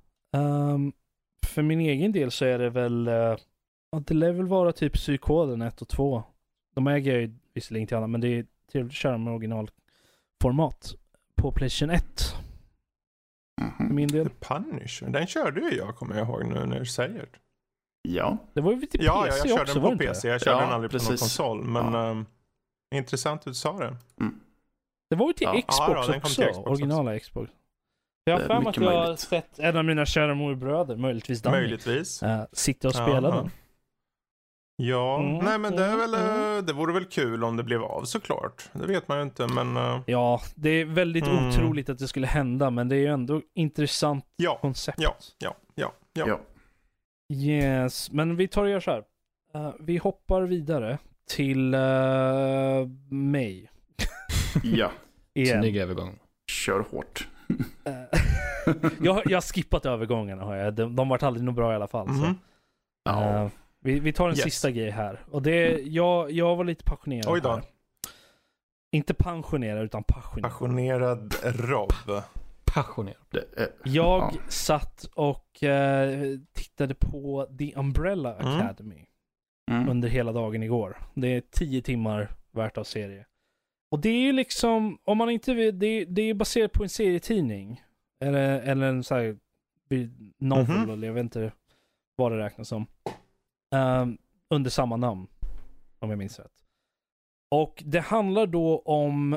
För min egen del så är det väl... det lär väl vara typ Psykoden 1 och 2. De äger jag ju visserligen till annat, men det är trevligt att köra med originalformat på PlayStation 1. För min del. Punisher, den körde ju jag, kommer jag ihåg nu när du säger det. Ja. Det var ju till PC jag körde också, den på PC. Jag körde den aldrig på någon konsol. Men intressant att du sa det. Det var ju till Xbox också. Originala Xbox. Jag har för mig att jag har sett en av mina kära morbröder, möjligtvis Danny, sitta och spela den. Ja, nej men det är väl det vore väl kul om det blev av, såklart. Det vet man ju inte, men... Ja, det är väldigt otroligt att det skulle hända, men det är ju ändå intressant koncept. Ja. Yes, men vi tar och gör så här. Vi hoppar vidare till mig. Ja. Snygg övergång. Kör hårt. Jag har skippat övergångarna, har jag. De varit aldrig nog bra i alla fall. Så. Vi tar en sista grej här. Och det jag var lite passionerad. Oj då. Här. Inte pensionerad, utan passionerad. Passionerad Rob. Passionerad. Jag satt och tittade på The Umbrella Academy under hela dagen igår. Det är 10 timmar värt av serie. Och det är ju liksom, om man inte vill, det är baserat på en serietidning. Eller en så här novel, eller jag vet inte vad det räknas som. Under samma namn, om jag minns rätt. Och det handlar då om,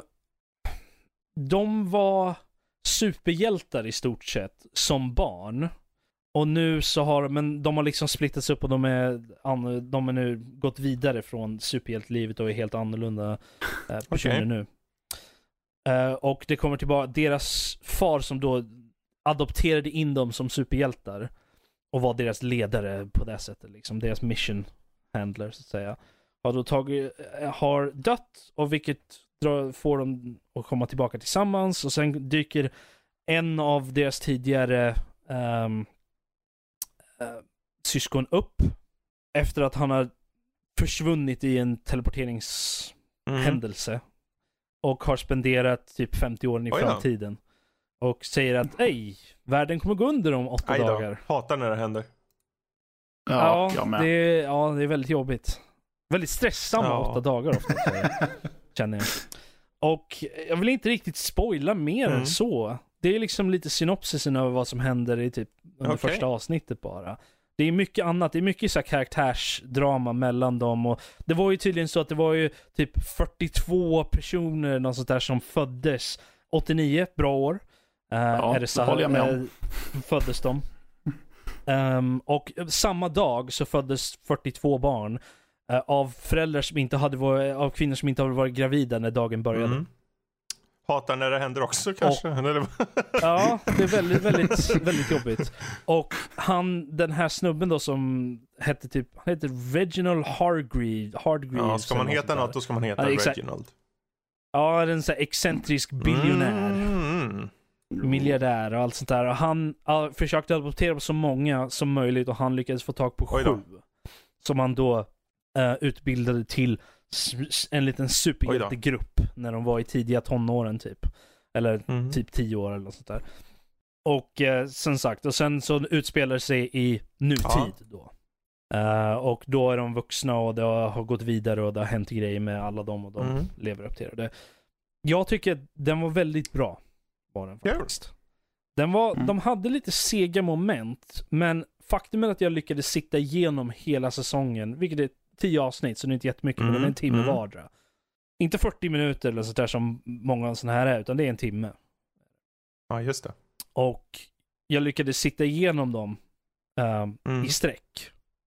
de var superhjältar i stort sett som barn. Och nu så har de har liksom splittats upp och de är nu gått vidare från superhjältelivet och är helt annorlunda personer nu. Och det kommer tillbaka deras far som då adopterade in dem som superhjältar och var deras ledare på det sättet, liksom deras mission handler så att säga. Har dött, och vilket får dem att komma tillbaka tillsammans, och sen dyker en av deras tidigare syskon upp efter att han har försvunnit i en teleporteringshändelse och har spenderat typ 50 år i framtiden och säger att världen kommer gå under om 8 dagar. Hatar när det händer. Ja, det är väldigt jobbigt. Väldigt stresssamma 8 dagar ofta, känner jag. Och jag vill inte riktigt spoila mer än så. Det är liksom lite synopsisen över vad som händer i typ under första avsnittet bara. Det är mycket annat. Det är mycket så här karaktärsdrama mellan dem. Och det var ju tydligen så att det var ju typ 42 personer något sånt där som föddes 89, bra år. Är det så håller jag med om. Föddes de. Och samma dag så föddes 42 barn av föräldrar som inte hade varit, av kvinnor som inte hade varit gravida när dagen började. Hatar när det händer också kanske. Ja, det är väldigt, väldigt, väldigt jobbigt. Och den här snubben då som heter Reginald Hargreaves. Ja, ska man heta något då ska man heta Reginald. Ja, en sån här excentrisk biljonär. Miljardär och allt sånt där. Och han försökte adoptera så många som möjligt och han lyckades få tag på 7. Som han då utbildade till en liten superhjältegrupp när de var i tidiga tonåren typ. Eller typ 10 år eller något sånt där. Och som sagt, och sen så utspelar sig i nutid då. Och då är de vuxna och det har gått vidare och det har hänt grejer med alla dem och de lever upp till det. Jag tycker att den var väldigt bra. Var den faktiskt. De hade lite sega moment, men faktum är att jag lyckades sitta igenom hela säsongen, vilket är 10 avsnitt, så det är inte jättemycket, men det är en timme vardera. Inte 40 minuter eller sådär som många sådana här är, utan det är en timme. Ja, just det. Och jag lyckades sitta igenom dem i sträck.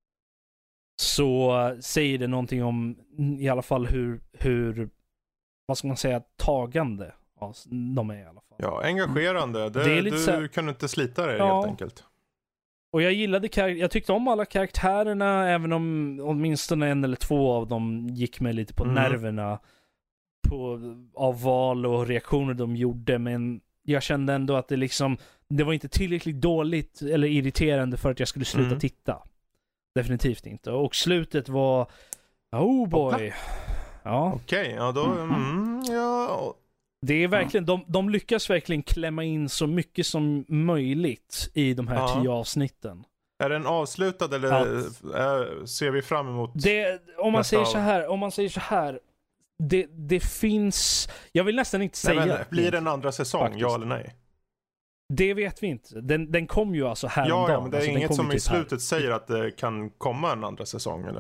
Så säger det någonting om i alla fall hur vad ska man säga, tagande de är i alla fall. Ja, engagerande. Du kan inte slita dig helt enkelt. Och jag gillade jag tyckte om alla karaktärerna, även om åtminstone 1 eller 2 av dem gick mig lite på nerverna av val och reaktioner de gjorde, men jag kände ändå att det var inte tillräckligt dåligt eller irriterande för att jag skulle sluta titta. Definitivt inte. Och slutet var oh boy. Ja. Okej, ja då ja. Det är verkligen, de lyckas verkligen klämma in så mycket som möjligt i de här 10 avsnitten. Är den avslutad eller ser vi fram emot om man säger så här, det finns, jag vill nästan inte säga. Men blir det en andra säsong, faktiskt. Ja eller nej? Det vet vi inte. Den kom ju alltså häromdagen. Ja, men det är inget som i slutet här säger att det kan komma en andra säsong, eller?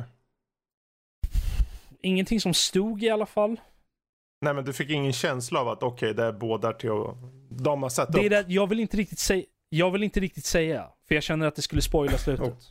Ingenting som stod i alla fall. Nej, men du fick ingen känsla av att det är båda till att de har satt upp. Jag vill inte riktigt säga, för jag känner att det skulle spoila slutet.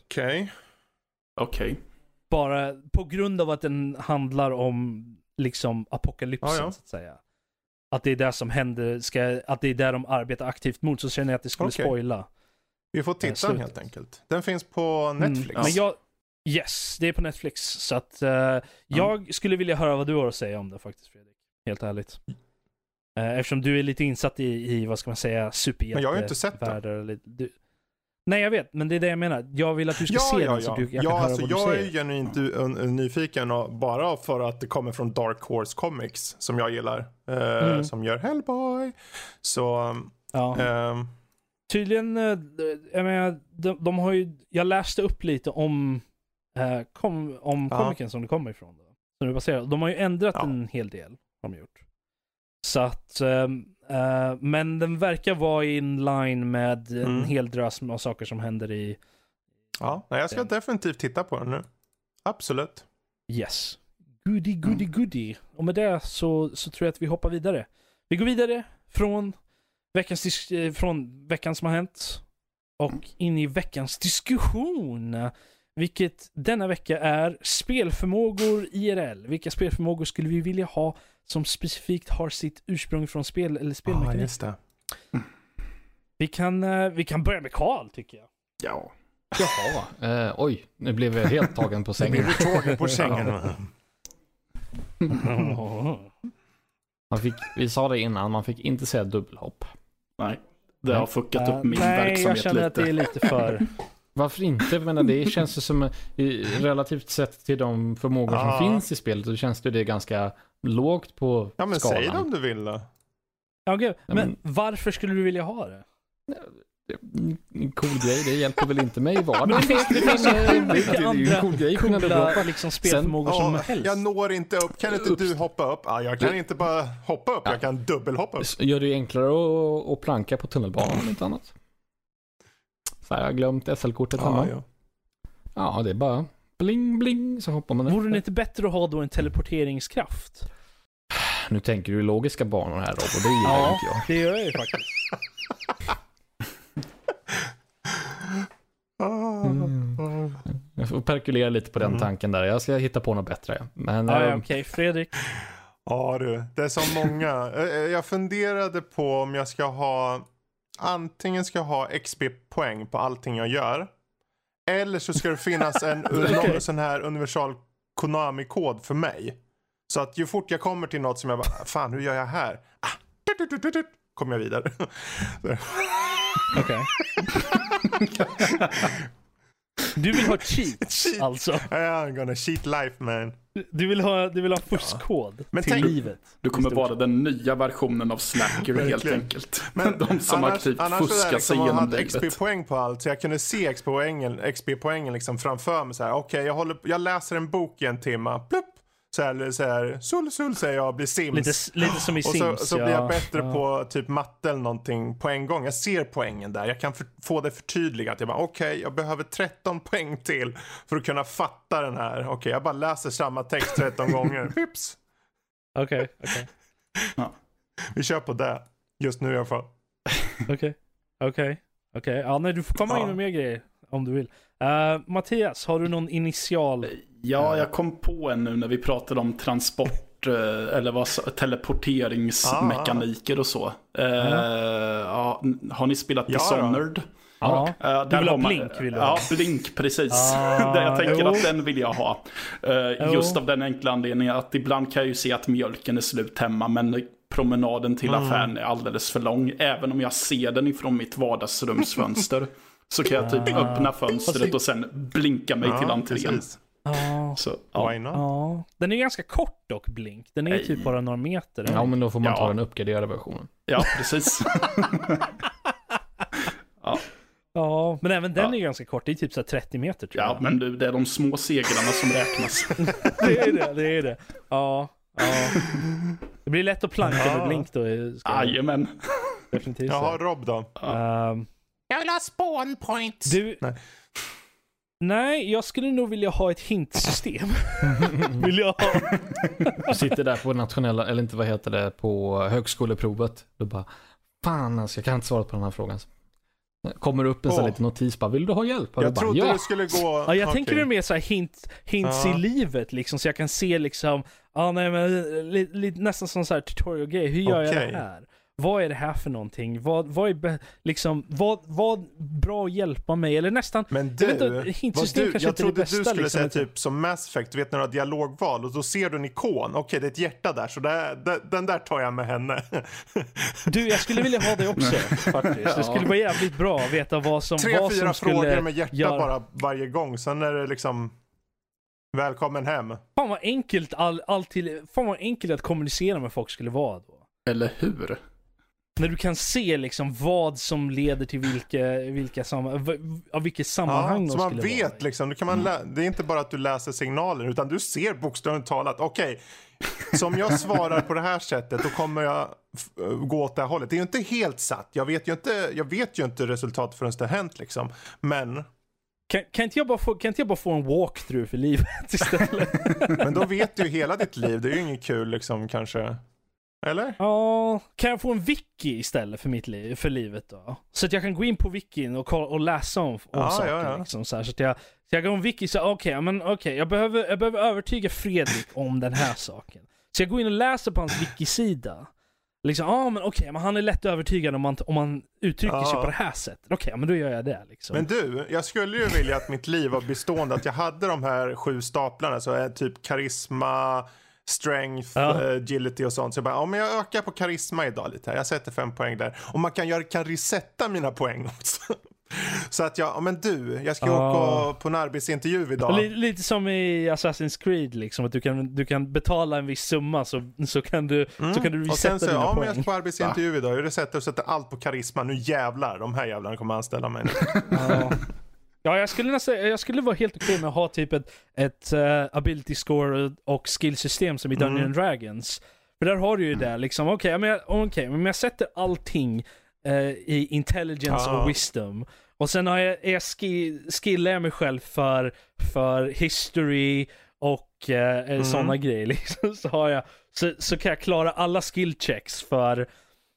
Okej. Bara på grund av att den handlar om liksom apokalypsen så att säga. Att det är det som händer, att det är där de arbetar aktivt mot, så känner jag att det skulle spoila. Vi får titta helt enkelt. Den finns på Netflix. Men yes, det är på Netflix. Så att jag skulle vilja höra vad du har att säga om det faktiskt, Fredrik. Helt ärligt. Eftersom du är lite insatt i vad ska man säga, superhjälte. Men jag har ju inte sett det. Nej, jag vet, men det är det jag menar. Jag vill att du ska se den så jag kan höra vad du säger. Jag är genuint nyfiken bara för att det kommer från Dark Horse Comics som jag gillar. Som gör Hellboy. Så tydligen jag menar, de har ju, jag läste upp lite om komikern som det kommer ifrån då. Som är baserad. De har ju ändrat en hel del har de gjort. Så att men den verkar vara in line med en hel drös av saker som händer i. Ja, jag ska definitivt titta på den nu. Absolut. Yes. Goody. Och med det så tror jag att vi hoppar vidare. Vi går vidare från veckan som har hänt. och in i veckans diskussion. Vilket denna vecka är spelförmågor IRL. Vilka spelförmågor skulle vi vilja ha som specifikt har sitt ursprung från spel eller spelmekanik? Just det. Vi kan börja med Carl, tycker jag. Ja. Jaha. Oj, nu blev jag helt tagen på sängen. Tagen på sängen. Vi sa det innan, man fick inte säga dubbelhopp. Nej, det har fuckat upp min nej, verksamhet lite. jag känner att det är lite för... Varför inte? Men det känns ju som relativt sett till de förmågor som finns i spelet, så känns det ganska lågt på ja, men skalan. säg det om du vill då. Okay, men varför skulle du vilja ha det? En cool grej, det hjälper väl inte mig i vardagen. Men det finns ju andra cool grej, coola liksom spelförmågor som helst. Jag når inte upp. Kan inte du hoppa upp? Ja, jag kan inte bara hoppa upp, jag kan dubbelhoppa upp. Gör det enklare att planka på tunnelbanan om inte annat. Så här, jag har glömt SL-kortet hemma. Ja, det är bara bling bling så hoppar man. Vore det inte bättre att ha då en teleporteringskraft? Nu tänker du logiska banor här, Rob, och det gillar inte jag. Det gör jag ju faktiskt. Jag får perkulera lite på den tanken där. Jag ska hitta på något bättre. Men, okej, Fredrik. Ja du, det är så många. Jag funderade på om jag ska ha antingen ska ha XP-poäng på allting jag gör. Eller så ska det finnas någon sån här universal Konami-kod för mig. Så att ju fort jag kommer till något som jag bara, fan hur gör jag här? Kommer jag vidare. Okej. Du vill ha cheats, alltså. I'm gonna cheat life, man. Du vill ha fuskkod till livet. Du kommer vara den nya versionen av Slacker helt enkelt. Men de som aktivt fuskar sig genom livet. XP-poäng på allt, så jag kunde se XP-poängen liksom framför mig så här. Okej, jag läser en bok i en timme. Plupp. Så här sull säger jag, blir Sims. Lite som i Sims. Och så blir jag bättre på typ matte eller någonting på en gång. Jag ser poängen där. Jag kan få det förtydligat. Jag bara, okej, jag behöver 13 poäng till för att kunna fatta den här. Okej, jag bara läser samma text 13 gånger. Vips! Okej. Ja. Vi kör på det. Just nu i alla fall. Okej. Ja, nej, du får komma in med mer grejer om du vill. Mattias, har du någon initial? Ja, jag kom på en nu när vi pratade om transport eller teleporteringsmekaniker och så. Har ni spelat Dishonored? Ja. Du vill ha Blink, vill du ha? Ja, Blink, precis. Där jag tänker att den vill jag ha. Just av den enkla anledningen att ibland kan jag ju se att mjölken är slut hemma, men promenaden till affären är alldeles för lång. Även om jag ser den ifrån mitt vardagsrumsfönster så kan jag typ öppna fönstret och sen blinka mig till entrén. Så, why not? Ja. Den är ganska kort dock, Blink. Den är typ bara några meter. Ja, men då får man ta den uppgraderade versionen. Ja, precis. Ja, men även den är ganska kort. Det är typ så 30 meter tror jag. Ja, men det är de små segrarna som räknas. det är det. Ja. Det blir lätt att planka med Blink då. Jajamän. Definitivt. Jaha, Rob då? Jag vill ha spawn points. Nej, jag skulle nog vilja ha ett hintsystem. Vill jag ha. Du sitter där på nationella, eller inte vad heter det, på högskoleprovet. Du bara, fan alltså, jag kan inte svara på den här frågan. Kommer upp en sån liten notis, bara, vill du ha hjälp? Jag trodde det skulle gå... Ja, jag tänker det mer så här hints i livet liksom, så jag kan se liksom, nästan som så här tutorial grej. Hur gör jag det här? Vad är det här för någonting? Vad är vad bra att hjälpa mig? Eller nästan... Men du, jag trodde du skulle liksom, säga typ som Mass Effect, du vet när du har dialogval och då ser du en ikon. Okej, det är ett hjärta där, så den där tar jag med henne. Du, jag skulle vilja ha det också faktiskt. Det skulle vara jävligt bra att veta vad som 3-4 frågor med hjärta göra. bara varje gång. Sen är det liksom välkommen hem. Fan vad enkelt fan vad enkelt att kommunicera med folk skulle vara då. Eller hur? När du kan se liksom vad som leder till vilket sammanhang de så man skulle vet vara. liksom, då kan man det är inte bara att du läser signaler utan du ser bokstavligt talat, okej, så om jag svarar på det här sättet då kommer jag gå åt det här hållet. Det är ju inte helt satt. Jag vet ju inte resultat förrän det har hänt liksom. Men kan inte jag bara få en walkthrough för livet istället? Men då vet du ju hela ditt liv. Det är ju inget kul liksom kanske. Eller? Ja, kan jag få en wiki istället för mitt liv, för livet då? Så att jag kan gå in på wikin och läsa om saker. Ja. Liksom, så att jag går om wiki så okej, jag behöver övertyga Fredrik om den här saken. Så jag går in och läser på hans wiki-sida. Liksom, men han är lätt övertygad om man uttrycker sig på det här sättet. Okej, men då gör jag det liksom. Men du, jag skulle ju vilja att mitt liv var bestående, att jag hade de här 7 staplarna, så är typ karisma, strength, agility och sånt. Så jag bara, men jag ökar på karisma idag lite här. Jag sätter 5 poäng där. Och man kan resetta mina poäng också. Så att jag ska åka på en arbetsintervju idag. Lite som i Assassin's Creed liksom, att du kan betala en viss summa så kan du resetta och sen så, dina poäng. Men jag ska på arbetsintervju idag. Jag sätter allt på karisma. Nu jävlar, de här jävlarna kommer anställa mig. Ja, jag skulle vara helt okej med att ha typ ett ability score och skillsystem som i Dungeons and Dragons. För där har du ju det liksom, men jag sätter allting i intelligence och wisdom. Och sen skillar jag mig själv för history och sådana grejer liksom. Så har jag så kan jag klara alla skill checks för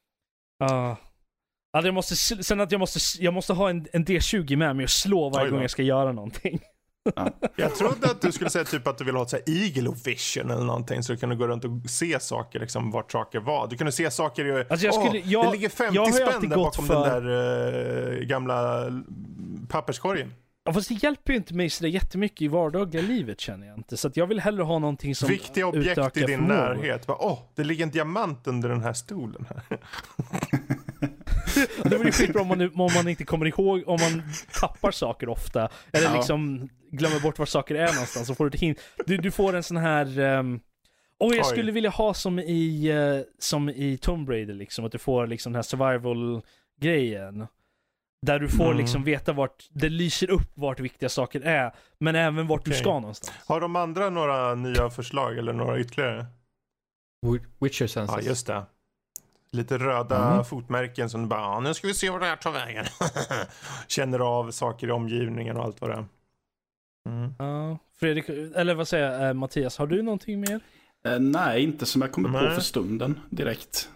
jag måste ha en D20 med mig och slå varje gång jag ska göra någonting. Jag trodde att du skulle säga typ att du vill ha ett eagle vision eller någonting, så du kunde gå runt och se saker liksom, vart saker var. Du kunde se saker i... Alltså det ligger 50 spänn där bakom den där gamla papperskorgen. Ja, fast det hjälper ju inte mig så jättemycket i vardagliga livet, känner jag inte. Så att jag vill hellre ha någonting som viktiga objekt i din närhet. Det ligger en diamant under den här stolen här. Det var ju skitbra om man inte kommer ihåg, om man tappar saker ofta. Eller liksom glömmer bort var saker är någonstans. Så får du ett hint. Du får en sån här... jag skulle vilja ha som i Tomb Raider liksom. Att du får liksom den här survival-grejen. Där du får liksom veta vart det lyser upp vart viktiga saker är. Men även vart du ska någonstans. Har de andra några nya förslag eller några ytterligare? Witcher senses. Ja, just det. Lite röda fotmärken som bara, nu ska vi se vad det här tar vägen. Känner av saker i omgivningen och allt vad det är. Fredrik, eller vad säger jag, Mattias, har du någonting mer? Nej, inte som jag kommer på för stunden direkt.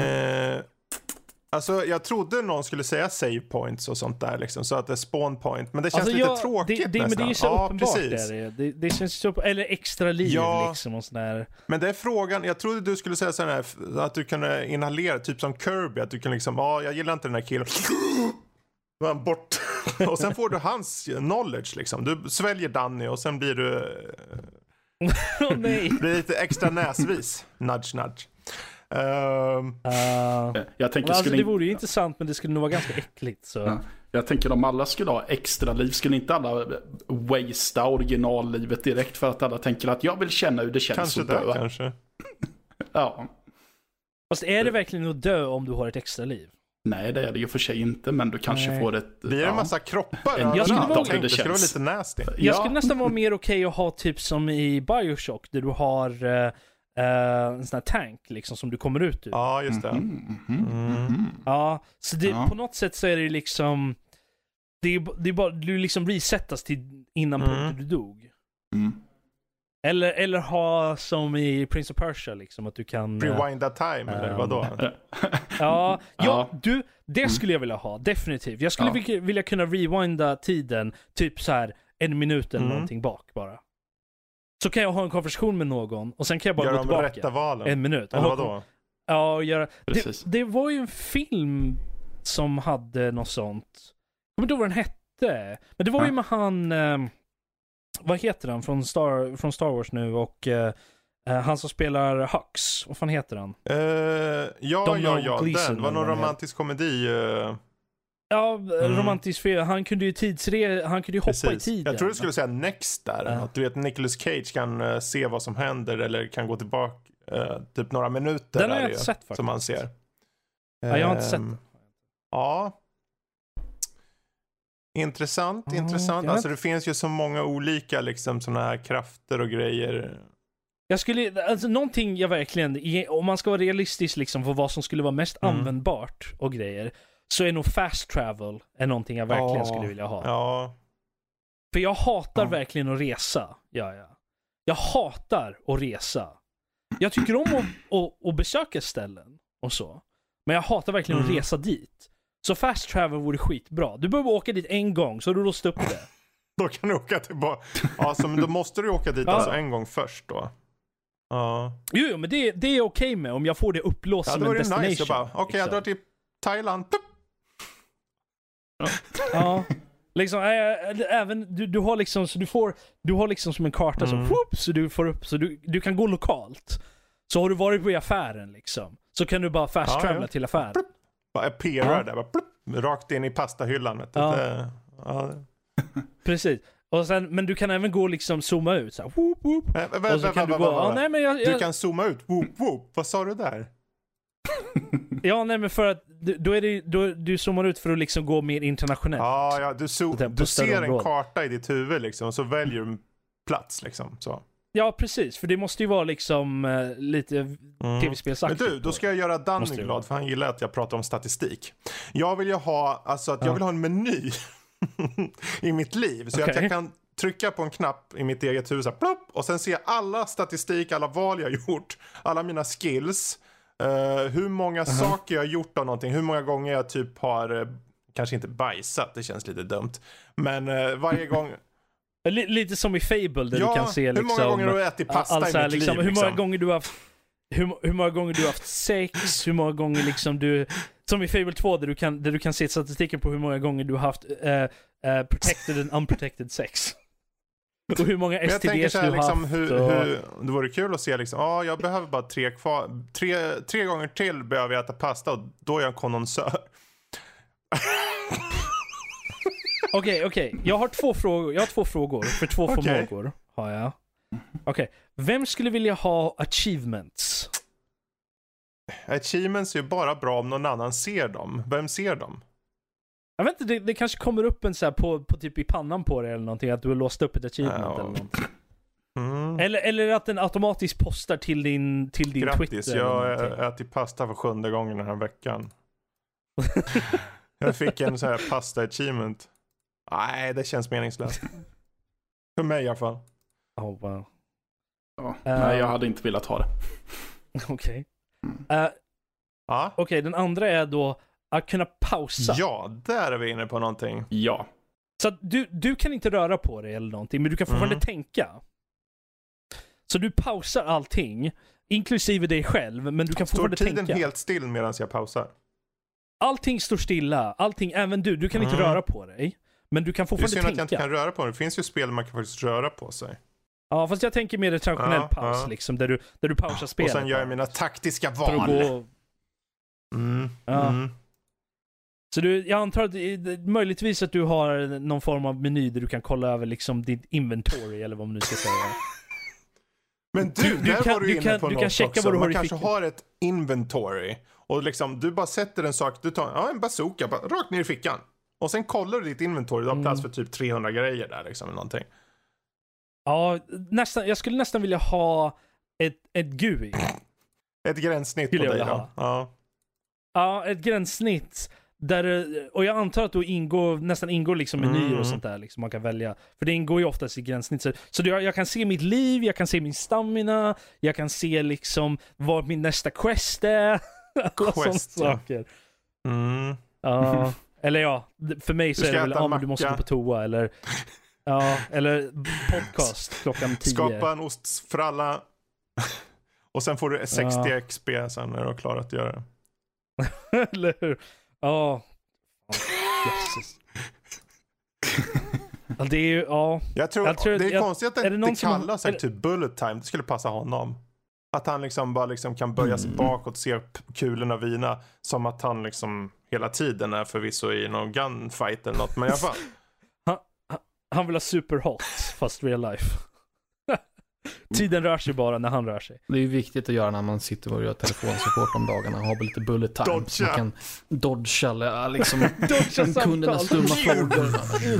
Alltså jag trodde någon skulle säga save points och sånt där liksom, så att det är spawn point, men det känns lite tråkigt nästan. Men det är ju så uppenbart precis. Det känns så, eller extra liv liksom och sån där. Men det är frågan, jag trodde du skulle säga så här att du kunde inhalera typ som Kirby, att du kan liksom, jag gillar inte den här killen. Då är han bort. Och sen får du hans knowledge liksom. Du sväljer Danny och sen blir du blir lite extra näsvis. Nudge nudge. Jag tänker, alltså, det vore ju intressant, men det skulle nog vara ganska äckligt så. Jag tänker om alla skulle ha extra liv, skulle inte alla wastea originallivet direkt för att alla tänker att jag vill känna hur det känns kanske att dö. Kanske. Ja. Fast är det verkligen att dö om du har ett extra liv? Nej, det är det ju för sig inte, men du kanske får ett... Blir det en massa kroppar? Jag skulle det skulle vara lite nasty. Jag skulle nästan vara mer okej att ha typ som i Bioshock, där du har en sån här tank liksom som du kommer ut ur. Ja, just det. Ja, så det, på något sätt så är det liksom det är bara du liksom resettas till innan punkten du dog. Eller ha som i Prince of Persia liksom, att du kan rewinda time eller vadå? Det skulle jag vilja ha, definitivt. Jag skulle vilja kunna rewinda tiden typ så här 1 minut eller någonting bak bara. Så kan jag ha en konversation med någon och sen kan jag bara gå tillbaka. Rätta valen. 1 minut. Eller vadå? Ja, det var ju en film som hade något sånt. Jag kommer inte ihåg vad den hette. Men det var ju med han... vad heter han från Star Wars nu? Och han som spelar Hux. Vad fan heter han? Den var någon romantisk komedi. Romantisk film. Han kunde ju hoppa i tiden. Jag tror du skulle säga Next där. Att du vet Nicolas Cage kan se vad som händer eller kan gå tillbaka typ några minuter. Den har jag inte sett faktiskt. Som man ser. Jag har inte sett den. Ja. Intressant. Alltså det finns ju så många olika liksom såna här krafter och grejer. Jag skulle, alltså någonting jag verkligen, om man ska vara realistisk liksom för vad som skulle vara mest användbart och grejer, så är nog fast travel är någonting jag verkligen skulle vilja ha. Ja. För jag hatar verkligen att resa. Ja. Jag hatar att resa. Jag tycker om att besöka ställen och så. Men jag hatar verkligen att resa dit. Så fast travel vore skitbra. Du behöver åka dit en gång, så har du låst upp det. Då kan du åka tillbaka. Alltså, men då måste du åka dit alltså en gång först då. Ja. Jo, men det är okej med om jag får det upplåst som en destination. Nice. Okej, jag drar till Thailand. Ja. Liksom, även du har liksom så du har liksom som en karta så du får upp så du kan gå lokalt. Så har du varit på affären liksom, så kan du bara fast travela till affären. Bara appearar där, bara rakt in i pastahyllan, vet du. Precis. Och sen, men du kan även gå liksom zooma ut så här, och så kan du gå. Nej, men du kan zooma ut. Vad sa du där? Ja, nej, men för att då är det du zoomar ut för att liksom gå mer internationellt. Ja, du ser en karta i ditt huvud liksom, och så väljer du en plats liksom så. Ja, precis, för det måste ju vara liksom lite tv-spelsaktigt. Men du, då ska jag göra Danny glad, för han gillar att jag pratar om statistik. Jag vill ju ha, alltså att jag vill ha en meny i mitt liv, så att jag kan trycka på en knapp i mitt eget hus, plopp, och sen se alla statistik, alla val jag har gjort, alla mina skills, hur många saker jag har gjort av någonting, hur många gånger jag typ har kanske inte bajsat, det känns lite dumt, men varje gång lite som i Fable där du kan se liksom, hur många gånger du har ätit pasta i mitt liksom, liv, hur många gånger du har haft hur många gånger du har haft sex, hur många gånger liksom du, som i Fable 2 där du kan se statistiken på hur många gånger du har haft protected and unprotected sex. Och hur många STDs du har liksom, haft. Hur, det vore kul att se liksom, jag behöver bara 3 kvar. 3 gånger till behöver jag äta pasta, och då är jag en kondensör. Okej. Jag har 2 frågor. För 2 förmågor har jag. Okej. Vem skulle vilja ha achievements? Achievements är ju bara bra om någon annan ser dem. Vem ser dem? Jag vet inte, det kanske kommer upp en så här på typ i pannan på det eller någonting, att du har låst upp ett achievement eller någonting. Eller att den automatiskt postar till din Grattis, Twitter. Jag äter pasta för 7:e gången den här veckan. Jag fick en så här pasta achievement. Nej, det känns meningslöst. För mig i alla fall. Oh, wow. Nej, jag hade inte velat ha det. Okej. Okej, den andra är då att kunna pausa. Ja, där är vi inne på någonting. Ja. Så att du kan inte röra på det eller någonting, men du kan fortfarande tänka. Så du pausar allting, inklusive dig själv, men du kan fortfarande tänka. Står tiden helt still medan jag pausar? Allting står stilla, även du kan inte röra på dig, men du kan fortfarande tänka. Det är synd att jag inte kan röra på mig. Det finns ju spel man kan faktiskt röra på sig. Ja, fast jag tänker mer ett traditionell paus liksom, där du pausar spelet. Och sen gör jag mina taktiska val. Så jag antar att möjligtvis att du har någon form av meny där du kan kolla över liksom ditt inventory, eller vad man nu ska säga. Men där var du inne på du något kan checka också. vad du har man i kanske fickan. har ett inventory, och liksom du bara sätter en sak, du tar en bazooka bara rakt ner i fickan, och sen kollar du ditt inventory, du har plats för typ 300 grejer där liksom, eller någonting. Ja, nästan, jag skulle nästan vilja ha ett GUI. Ett gränssnitt på dig då. Ja, ett gränssnitt där, och jag antar att då nästan ingår liksom menyer och sånt där liksom man kan välja, för det ingår ju oftast i gränssnitt, så jag kan se mitt liv, jag kan se min stamina, jag kan se liksom vad min nästa quest är. Alla sådana saker. Eller för mig så är det väl du måste gå på toa, eller eller podcast klockan 10. Skapa en ostfralla. Och sen får du 60 XP sen när du har klarat att göra det. Eller hur? Jesus. Det är ju, Jag tror det är konstigt att det inte kallas typ bullet time. Det skulle passa honom. Att han liksom bara liksom kan böja sig bakåt, se kulorna vina, som att han liksom hela tiden är förvisso i någon gunfight eller något. Men i alla fall. Han vill ha super hot, fast real life. Tiden rör sig bara när han rör sig. Det är ju viktigt att göra när man sitter och gör telefonsupport om dagarna. Ha lite bullet time. Dodga. Så man kan dodga liksom kundernas dumma frågor.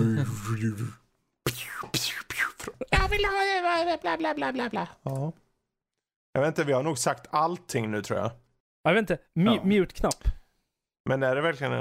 Jag vill ha bla bla bla bla bla. Ja. Jag vet inte, vi har nog sagt allting nu, tror jag. Jag vet inte, mute-knapp. Men är det verkligen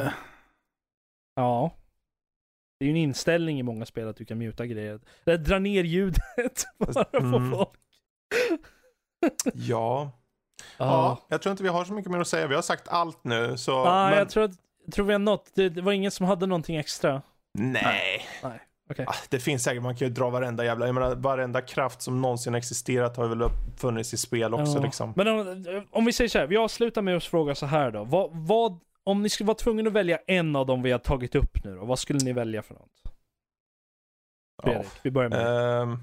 Ja. Det är ju en inställning i många spel att du kan muta grejer. Dra ner ljudet bara på folk. Ja. Ja, jag tror inte vi har så mycket mer att säga. Vi har sagt allt nu. Så, men... jag tror vi har nått. Det var ingen som hade någonting extra. Nej. Okay. Det finns säkert, man kan ju dra varenda kraft som någonsin existerat har väl funnits i spel också. Liksom. Men om vi säger så här, vi avslutar med att fråga så här då. Vad, om ni skulle vara tvungna att välja en av dem vi har tagit upp nu då, vad skulle ni välja för något? Fredrik, vi börjar med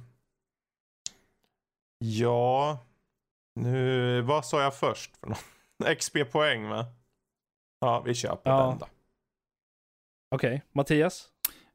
nu, vad sa jag först för något? XP-poäng, va? Ja, vi köper den då. Okej, Mattias?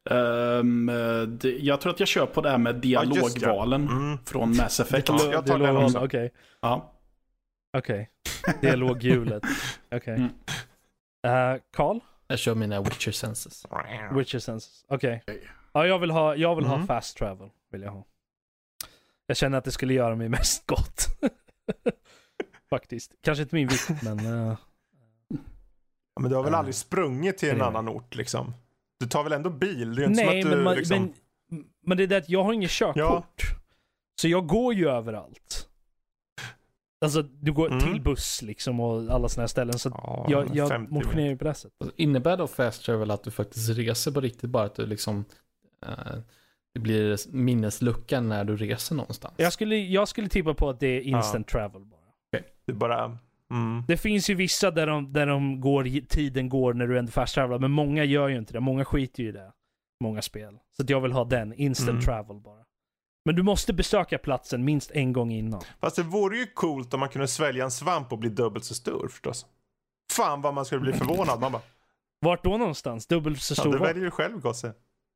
Jag tror att jag kör på det här med dialogvalen från Mass Effect. Jag tar den också. Okej. Ja. Okej. Dialoghjulet. Okej. Carl? Jag kör mina Witcher Senses. Okej. Ja, jag vill ha fast travel. Vill jag ha. Jag känner att det skulle göra mig mest gott. Faktiskt. Kanske inte min vikt, men... Men du har väl aldrig sprungit till en annan ort, liksom? Du tar väl ändå bil? Det är inte som att du, men det är det att jag har ingen körkort. Ja. Så jag går ju överallt. Alltså, du går till buss liksom och alla såna här ställen. Så jag motionerar ju på det sättet. Innebär då fast travel att du faktiskt reser på riktigt, bara att du liksom... det blir minnesluckan när du reser någonstans? Jag skulle tippa på att det är instant travel bara. Okay. Det är bara... Det finns ju vissa där tiden går när du ändå fast travelar, men många gör ju inte det. Många skiter ju i det. Många spel. Så att jag vill ha den instant travel bara. Men du måste besöka platsen minst en gång innan. Fast det vore ju coolt om man kunde svälja en svamp och bli dubbelt så stor förstås. Fan vad man skulle bli förvånad. Man bara... Vart då någonstans? Dubbelt så stor? Du väljer ju själv, gosse.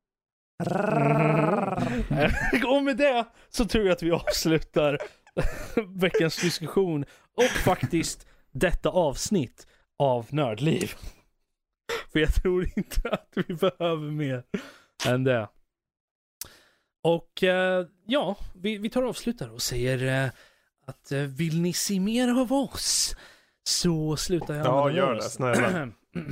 Och med det så tror jag att vi avslutar veckans diskussion och faktiskt detta avsnitt av Nördliv. För jag tror inte att vi behöver mer än det. Och vi tar och avslutar och säger att vill ni se mer av oss så slutar jag. Ja, gör det, snälla.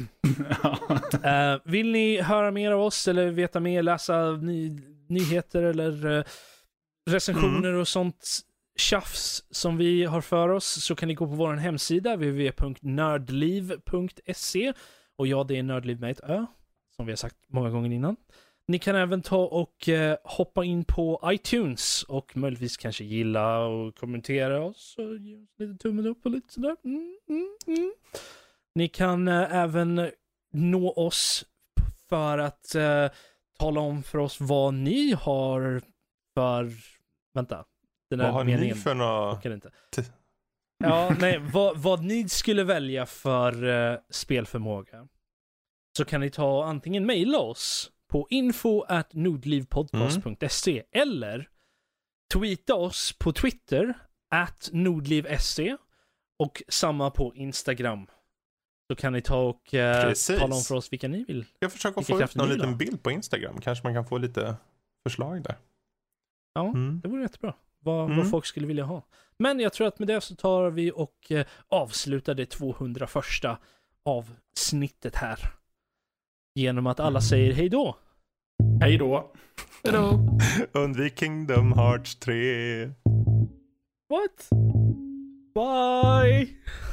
Vill ni höra mer av oss eller veta mer, läsa nyheter eller recensioner och sånt tjafs som vi har för oss, så kan ni gå på vår hemsida www.nördliv.se. Och det är Nördliv med ett Ö, som vi har sagt många gånger innan. Ni kan även ta och hoppa in på iTunes och möjligtvis kanske gilla och kommentera oss och ge oss lite tummen upp och lite sådär. Ni kan även nå oss för att tala om för oss vad ni har för... Vänta. Den vad har ni för något? Vad ni skulle välja för spelförmåga. Så kan ni ta antingen mejla oss på info@nordlivpodcast.se eller tweeta oss på Twitter @nordlivsc och samma på Instagram. Så kan ni ta och tala om för oss vilka ni vill. Jag försöker få upp någon liten bild på Instagram. Kanske man kan få lite förslag där. Ja, det vore jättebra. Vad folk skulle vilja ha. Men jag tror att med det så tar vi och avslutar det 201:a avsnittet här. Genom att alla säger hej då. Hej då. Hej då. Undvik Kingdom Hearts 3. What? Bye.